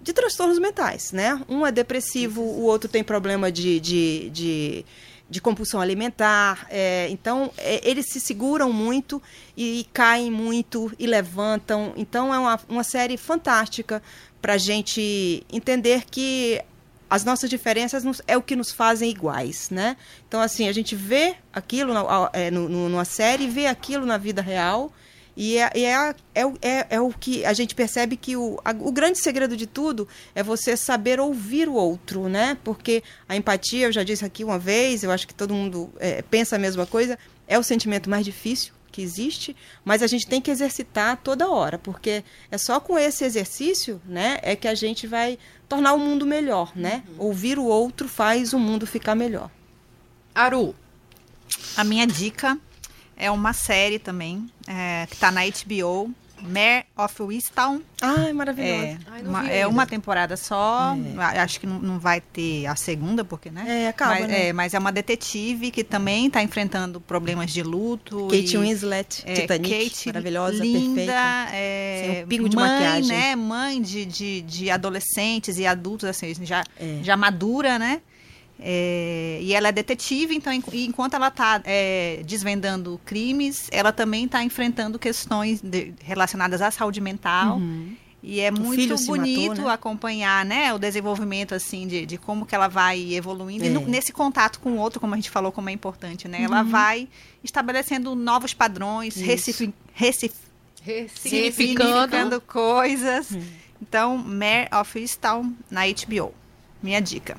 de transtornos mentais, né? Um é depressivo, o outro tem problema de, de, de, de compulsão alimentar. É, então, é, eles se seguram muito e, e caem muito e levantam. Então, é uma, uma série fantástica para a gente entender que as nossas diferenças nos, é o que nos fazem iguais, né? Então, assim, a gente vê aquilo na, é, no, no, numa série, vê aquilo na vida real, e é, e é, é, é, é o que a gente percebe que o, a, o grande segredo de tudo é você saber ouvir o outro, né? Porque a empatia, eu já disse aqui uma vez, eu acho que todo mundo é, pensa a mesma coisa, é o sentimento mais difícil que existe, mas a gente tem que exercitar toda hora, porque é só com esse exercício, né, é que a gente vai tornar o mundo melhor, né? Uhum. Ouvir o outro faz o mundo ficar melhor. Aru. A minha dica é uma série também, é, que está na H B O, Mare of Easttown. Ai, maravilhoso. É, Ai, uma, é uma temporada só, é. Acho que não, não vai ter a segunda, porque, né? É, acaba, mas, né? É, mas é uma detetive que também está enfrentando problemas de luto. Kate e, Winslet, é, Titanic, Kate, maravilhosa, linda, perfeita. É, sem um pingo de mãe, maquiagem. Né? Mãe de, de, de adolescentes e adultos, assim, já, É. já madura, né? É, e ela é detetive, então en- enquanto ela está é, desvendando crimes, ela também está enfrentando questões de- relacionadas à saúde mental. Uhum. E é O muito filho se bonito matou, né? acompanhar, né, o desenvolvimento assim de, de como que ela vai evoluindo É. e no- nesse contato com o outro, como a gente falou, como é importante, né? Ela vai estabelecendo novos padrões, Isso. recif- recif- Significando. significando coisas. Então, Mare of Easttown na H B O. Minha dica.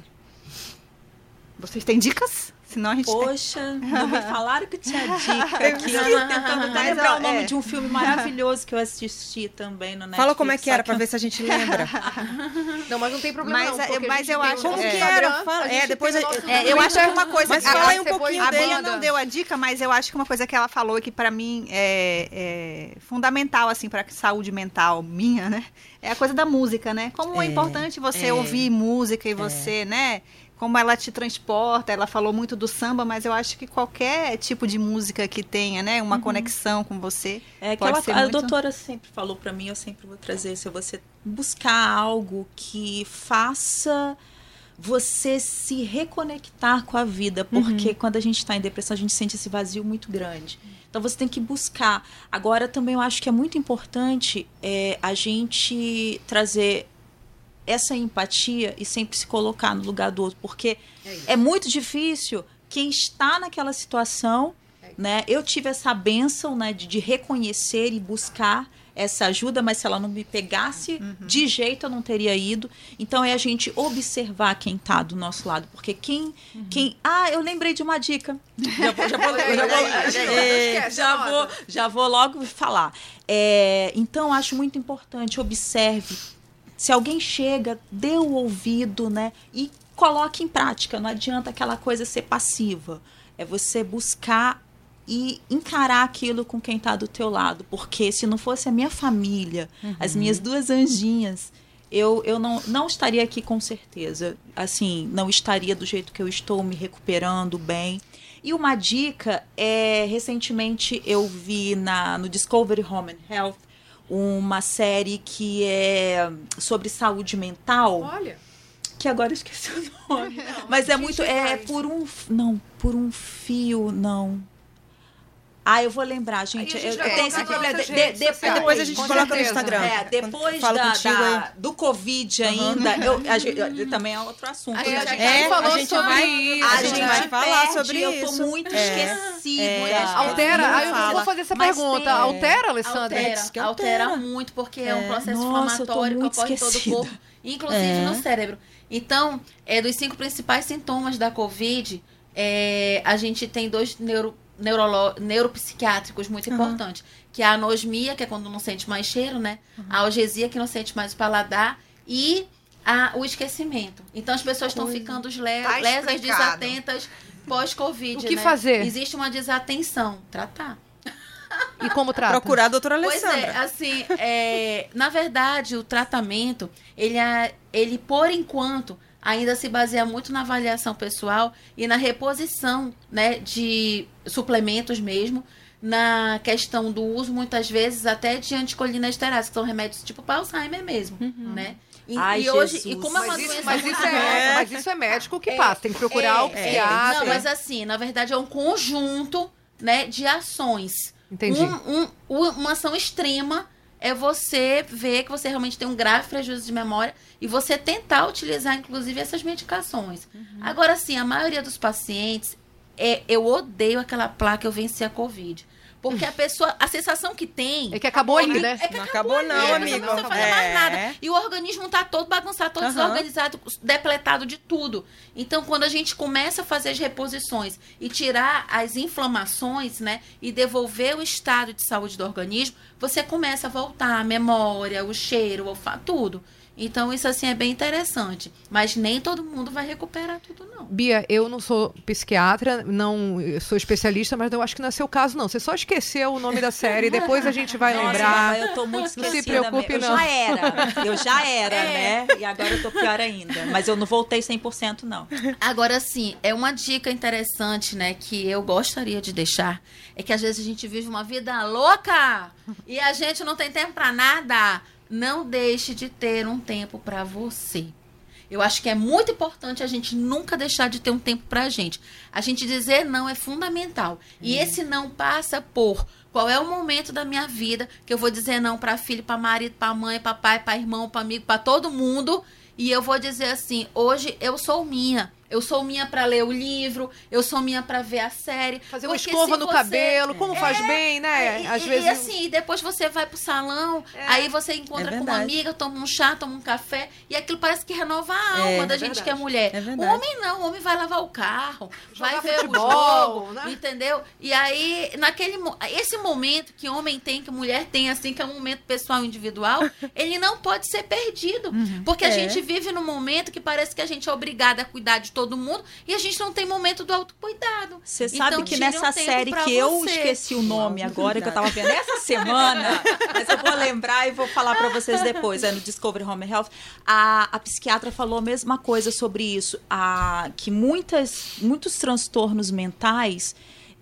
Vocês têm dicas? Senão a gente tem... Poxa, não me falaram que tinha dica aqui. Eu Mas, tô tentando até lembrar ó, o nome é. de um filme maravilhoso que eu assisti também no Netflix. Fala como é que só era, pra ver se a gente lembra. Não, mas não tem problema Mas, não. é, porque a mas gente eu tem acho- o nosso como que Instagram, era? Fala- a gente é, tem depois o a- nosso É, eu acho que uma coisa... Mas a- fala aí um você foi pouquinho A dele. Bia banda. não deu a dica, mas eu acho que uma coisa que ela falou e que pra mim é, é fundamental, assim, pra saúde mental minha, né? É a coisa da música, né? Como é, É, importante você é. ouvir música e você, né? Como ela te transporta. Ela falou muito do samba, mas eu acho que qualquer tipo de música que tenha, né? Uma conexão com você. É que pode ela, ser a muito... doutora sempre falou pra mim, eu sempre vou trazer, se você buscar algo que faça você se reconectar com a vida, porque quando a gente está em depressão, a gente sente esse vazio muito grande. Então, você tem que buscar. Agora, também eu acho que é muito importante é, a gente trazer essa empatia e sempre se colocar no lugar do outro, porque é, é muito difícil quem está naquela situação, né? Eu tive essa bênção, né, de, de reconhecer e buscar essa ajuda, mas se ela não me pegasse, uhum. de jeito eu não teria ido. Então é a gente observar quem está do nosso lado, porque quem, uhum. quem... Ah, eu lembrei de uma dica. Já vou, já vou, já vou, é, já vou, já vou logo falar. É, então, acho muito importante, observe. Se alguém chega, dê o ouvido, né? E coloque em prática. Não adianta aquela coisa ser passiva. É você buscar e encarar aquilo com quem está do teu lado. Porque se não fosse a minha família, uhum. as minhas duas anjinhas, eu, eu não, não estaria aqui com certeza. Assim, não estaria do jeito que eu estou, me recuperando bem. E uma dica é, recentemente eu vi na, no Discovery Home and Health, uma série que é sobre saúde mental. Olha. Que agora eu esqueci o nome. Não, mas é muito... É por um... Não, por um fio, não. Ah, eu vou lembrar, gente. gente eu, eu tenho esse problema. De, de, depois, Aí depois a gente coloca certeza. no Instagram. É, depois Falo da, contigo, da, do Covid ainda, uhum. eu, a gente, eu, também é outro assunto. A gente, a gente é, falou a gente sobre vai, isso. A gente vai falar sobre eu isso. Eu tô muito é. esquecida. É. Altera, Não aí eu fala. vou fazer essa Mas pergunta. tem- Altera, Alessandra? Altera, altera. altera muito, porque é, um processo Nossa, eu tô inflamatório que muito ocorre em todo o esquecida. corpo, inclusive É. no cérebro. Então, é, dos cinco principais sintomas da Covid, é, a gente tem dois neuro, neurolo, neuropsiquiátricos muito Uhum. importantes, que é a anosmia, que é quando não sente mais cheiro, né? Uhum. A algesia, que não sente mais o paladar, e a, o esquecimento. Então, as pessoas estão ficando le, Tá lesas, explicado. desatentas pós-Covid, O que né? fazer? Existe uma desatenção. Tratar. E como trata? Procurar a doutora Pois Alessandra. é, assim, é, na verdade, o tratamento, ele, é, ele, por enquanto, ainda se baseia muito na avaliação pessoal e na reposição, né, de suplementos mesmo, na questão do uso, muitas vezes, até de anticolinesterais, que são remédios tipo para Alzheimer mesmo, uhum. né? E, Ai, e hoje, Jesus. e como é uma Mas doença isso, mas, muito isso é, mas isso é médico que passa, tem que procurar o psiquiatra. Não, mas assim, na verdade é um conjunto, né, de ações. Entendi. Um, um, uma ação extrema é você ver que você realmente tem um grave prejuízo de memória e você tentar utilizar, inclusive, essas medicações. Uhum. Agora, sim, a maioria dos pacientes, é, eu odeio aquela placa, eu venci a Covid. Porque a pessoa, a sensação que tem... É que acabou ali, né? É que Não acabou, acabou não, ali, amigo. Não precisa fazer É. mais nada. E o organismo tá todo bagunçado, todo Uhum. desorganizado, depletado de tudo. Então, quando a gente começa a fazer as reposições e tirar as inflamações, né? E devolver o estado de saúde do organismo, você começa a voltar a memória, o cheiro, o olfato, tudo. Então, isso, assim, é bem interessante. Mas nem todo mundo vai recuperar tudo, não. Bia, eu não sou psiquiatra, não eu sou especialista, mas eu acho que não é seu caso, não. Você só esqueceu o nome da série, depois a gente vai Nossa, lembrar. mamãe, eu tô muito Não esquecida. se preocupe, eu não. já era. Eu já era, né? E agora eu tô pior ainda. Mas eu não voltei cem por cento, não. Agora, sim, é uma dica interessante, né, que eu gostaria de deixar, é que às vezes a gente vive uma vida louca e a gente não tem tempo pra nada. Não deixe de ter um tempo pra você. Eu acho que é muito importante a gente nunca deixar de ter um tempo pra gente. A gente dizer não é fundamental. E esse não passa por qual é o momento da minha vida que eu vou dizer não pra filho, pra marido, pra mãe, pra pai, pra irmão, pra amigo, pra todo mundo. E eu vou dizer assim, hoje eu sou minha. Eu sou minha pra ler o livro, eu sou minha pra ver a série. Fazer uma Porque escova se no você- cabelo, como faz É, bem, né? E, Às e- vezes. e assim, depois você vai pro salão, aí você encontra É com uma verdade. amiga, toma um chá, toma um café, e aquilo parece que renova a alma É, da é gente verdade. que é mulher. É o verdade. homem não, o homem vai lavar o carro, Jogar vai ver futebol, o jogo, né? entendeu? E aí, naquele mo- esse momento que homem tem, que mulher tem, assim, que é um momento pessoal individual, ele não pode ser perdido. Porque a É. gente vive num momento que parece que a gente é obrigada a cuidar de todo mundo e a gente não tem momento do autocuidado. Você sabe Então, que tire um nessa tempo série pra que eu você. esqueci o nome agora, que eu tava vendo essa semana, mas eu vou lembrar e vou falar pra vocês depois, é no Discovery Home Health, a, a psiquiatra falou a mesma coisa sobre isso, a, que muitas, muitos transtornos mentais,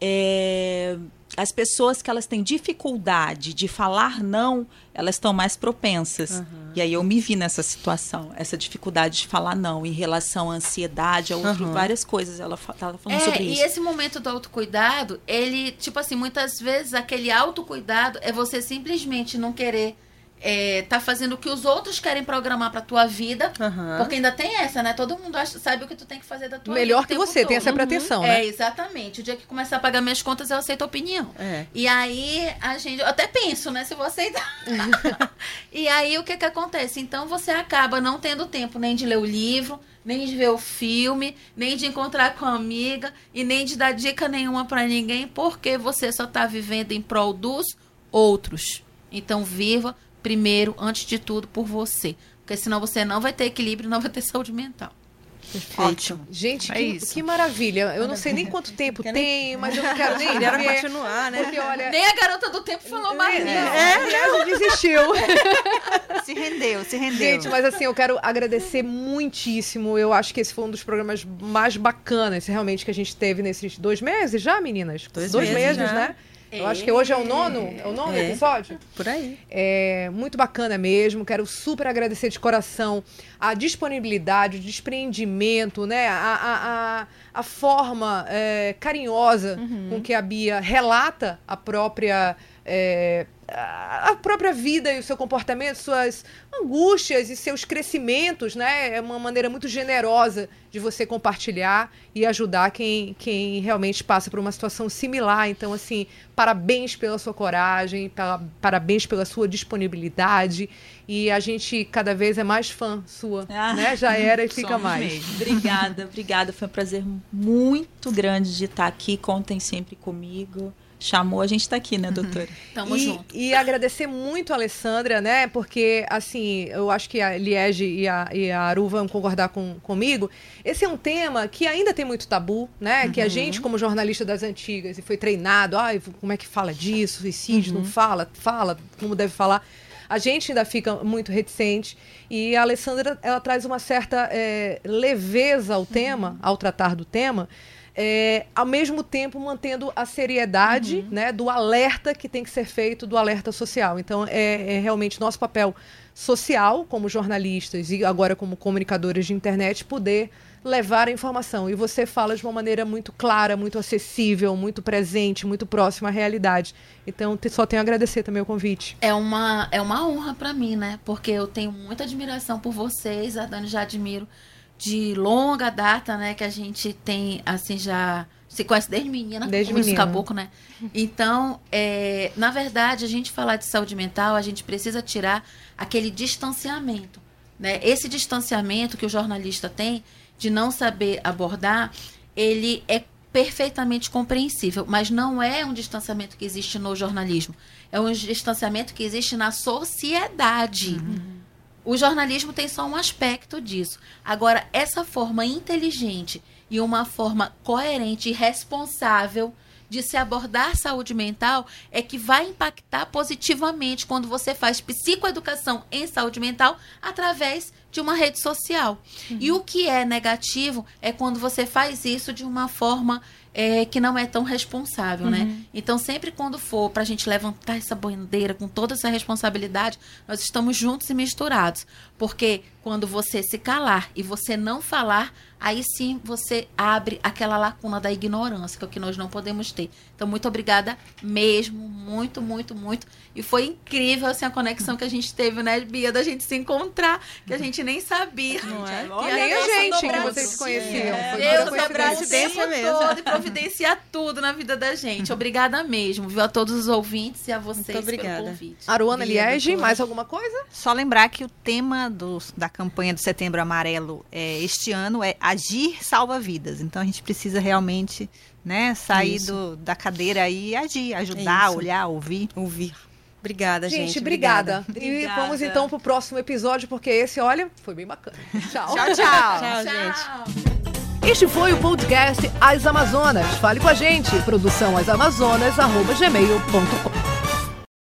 é, as pessoas que elas têm dificuldade de falar não, elas estão mais propensas. Uhum. E aí eu me vi nessa situação, essa dificuldade de falar não em relação à ansiedade, a outro, Uhum. várias coisas. Ela estava falando É, sobre e isso. esse momento do autocuidado, ele, tipo assim, muitas vezes aquele autocuidado é você simplesmente não querer é, tá fazendo o que os outros querem programar pra tua vida, Aham. porque ainda tem essa, né? Todo mundo acha, sabe o que tu tem que fazer da tua vida. Melhor o que tempo você, tem todo. essa pretensão, É, né? exatamente. O dia que começar a pagar minhas contas, eu aceito a opinião. É. E aí, a gente... Eu até penso, né? Se vou aceitar. E aí, o que que acontece? Então, você acaba não tendo tempo nem de ler o livro, nem de ver o filme, nem de encontrar com a amiga e nem de dar dica nenhuma pra ninguém, porque você só tá vivendo em prol dos outros. Então, viva primeiro, antes de tudo, por você. Porque senão você não vai ter equilíbrio, não vai ter saúde mental. Ótimo. Gente, É que, isso. que maravilha. Eu não sei nem quanto tempo Quer tem, mas eu não quero nem Queria ver. continuar, né? Porque, olha, Nem a garota do tempo falou mais. não, É, aliás, desistiu. Se rendeu, se rendeu. Gente, mas assim, eu quero agradecer muitíssimo. Eu acho que esse foi um dos programas mais bacanas, realmente, que a gente teve nesses dois meses já, meninas? Dois meses, meses já. né? Eu acho que hoje é o nono, é o nono É. episódio? Por aí. É muito bacana mesmo. Quero super agradecer de coração a disponibilidade, o despreendimento, né? A, a, a, a forma é, carinhosa com que a Bia relata a própria. É, a a própria vida e o seu comportamento, suas angústias e seus crescimentos, né? É uma maneira muito generosa de você compartilhar e ajudar quem, quem realmente passa por uma situação similar. Então, assim, parabéns pela sua coragem, pela, parabéns pela sua disponibilidade. E a gente cada vez é mais fã sua, Ah, né? Já era e fica somos mais. mesmo. Obrigada, obrigada. Foi um prazer muito grande de estar aqui. Contem sempre comigo. Chamou, a gente está aqui, né, doutora? Tamo e, junto. e agradecer muito a Alessandra, né? Porque, assim, eu acho que a Liege e a, e a Aru vão concordar com, comigo. Esse é um tema que ainda tem muito tabu, né? Que a gente, como jornalista das antigas, e foi treinado, ai, como é que fala disso? Suicídio, não fala, fala, como deve falar. A gente ainda fica muito reticente. E a Alessandra, ela traz uma certa é, leveza ao tema, ao tratar do tema. é, ao mesmo tempo mantendo a seriedade, uhum. né, do alerta que tem que ser feito, do alerta social. Então, é, é realmente nosso papel social, como jornalistas e agora como comunicadores de internet, poder levar a informação. E você fala de uma maneira muito clara, muito acessível, muito presente, muito próxima à realidade. Então, só tenho a agradecer também o convite. É uma, é uma honra para mim, né? Porque eu tenho muita admiração por vocês, a Dani já admiro de longa data, né? Que a gente tem, assim, já se conhece desde menina, desde como menina. Caboclo, né? Então, é, na verdade, a gente falar de saúde mental, a gente precisa tirar aquele distanciamento, né? Esse distanciamento que o jornalista tem de não saber abordar, ele é perfeitamente compreensível, mas não é um distanciamento que existe no jornalismo, é um distanciamento que existe na sociedade. Uhum. O jornalismo tem só um aspecto disso. Agora, essa forma inteligente e uma forma coerente e responsável de se abordar saúde mental é que vai impactar positivamente quando você faz psicoeducação em saúde mental através de uma rede social. Uhum. E o que é negativo é quando você faz isso de uma forma é, que não é tão responsável, uhum. né? Então, sempre quando for para a gente levantar essa bandeira com toda essa responsabilidade, nós estamos juntos e misturados. Porque quando você se calar e você não falar, aí sim você abre aquela lacuna da ignorância, que é o que nós não podemos ter. Então, muito obrigada mesmo, muito, muito, muito. E foi incrível assim, a conexão que a gente teve, né, Bia, da gente se encontrar, que a gente nem sabia. Não é? Que nem a gente que vocês se conheciam. É. Foi Deus pura abraça o tempo mesmo. todo e providencia tudo na vida da gente. Obrigada mesmo, viu? A todos os ouvintes e a vocês muito obrigada. pelo convite. Aruana Bia, Liege, doutora. mais alguma coisa? Só lembrar que o tema do, da campanha do Setembro Amarelo é, este ano é Agir Salva Vidas. Então a gente precisa realmente, né, sair do, da cadeira e agir, ajudar, Isso. olhar, ouvir. Ouvir. Obrigada, gente. Gente, obrigada. Obrigada. E vamos então pro próximo episódio, porque esse, olha, foi bem bacana. Tchau. Tchau, tchau. Tchau, gente. Este foi o podcast As Amazonas. Fale com a gente. Produção asamazonas arroba gmail ponto com.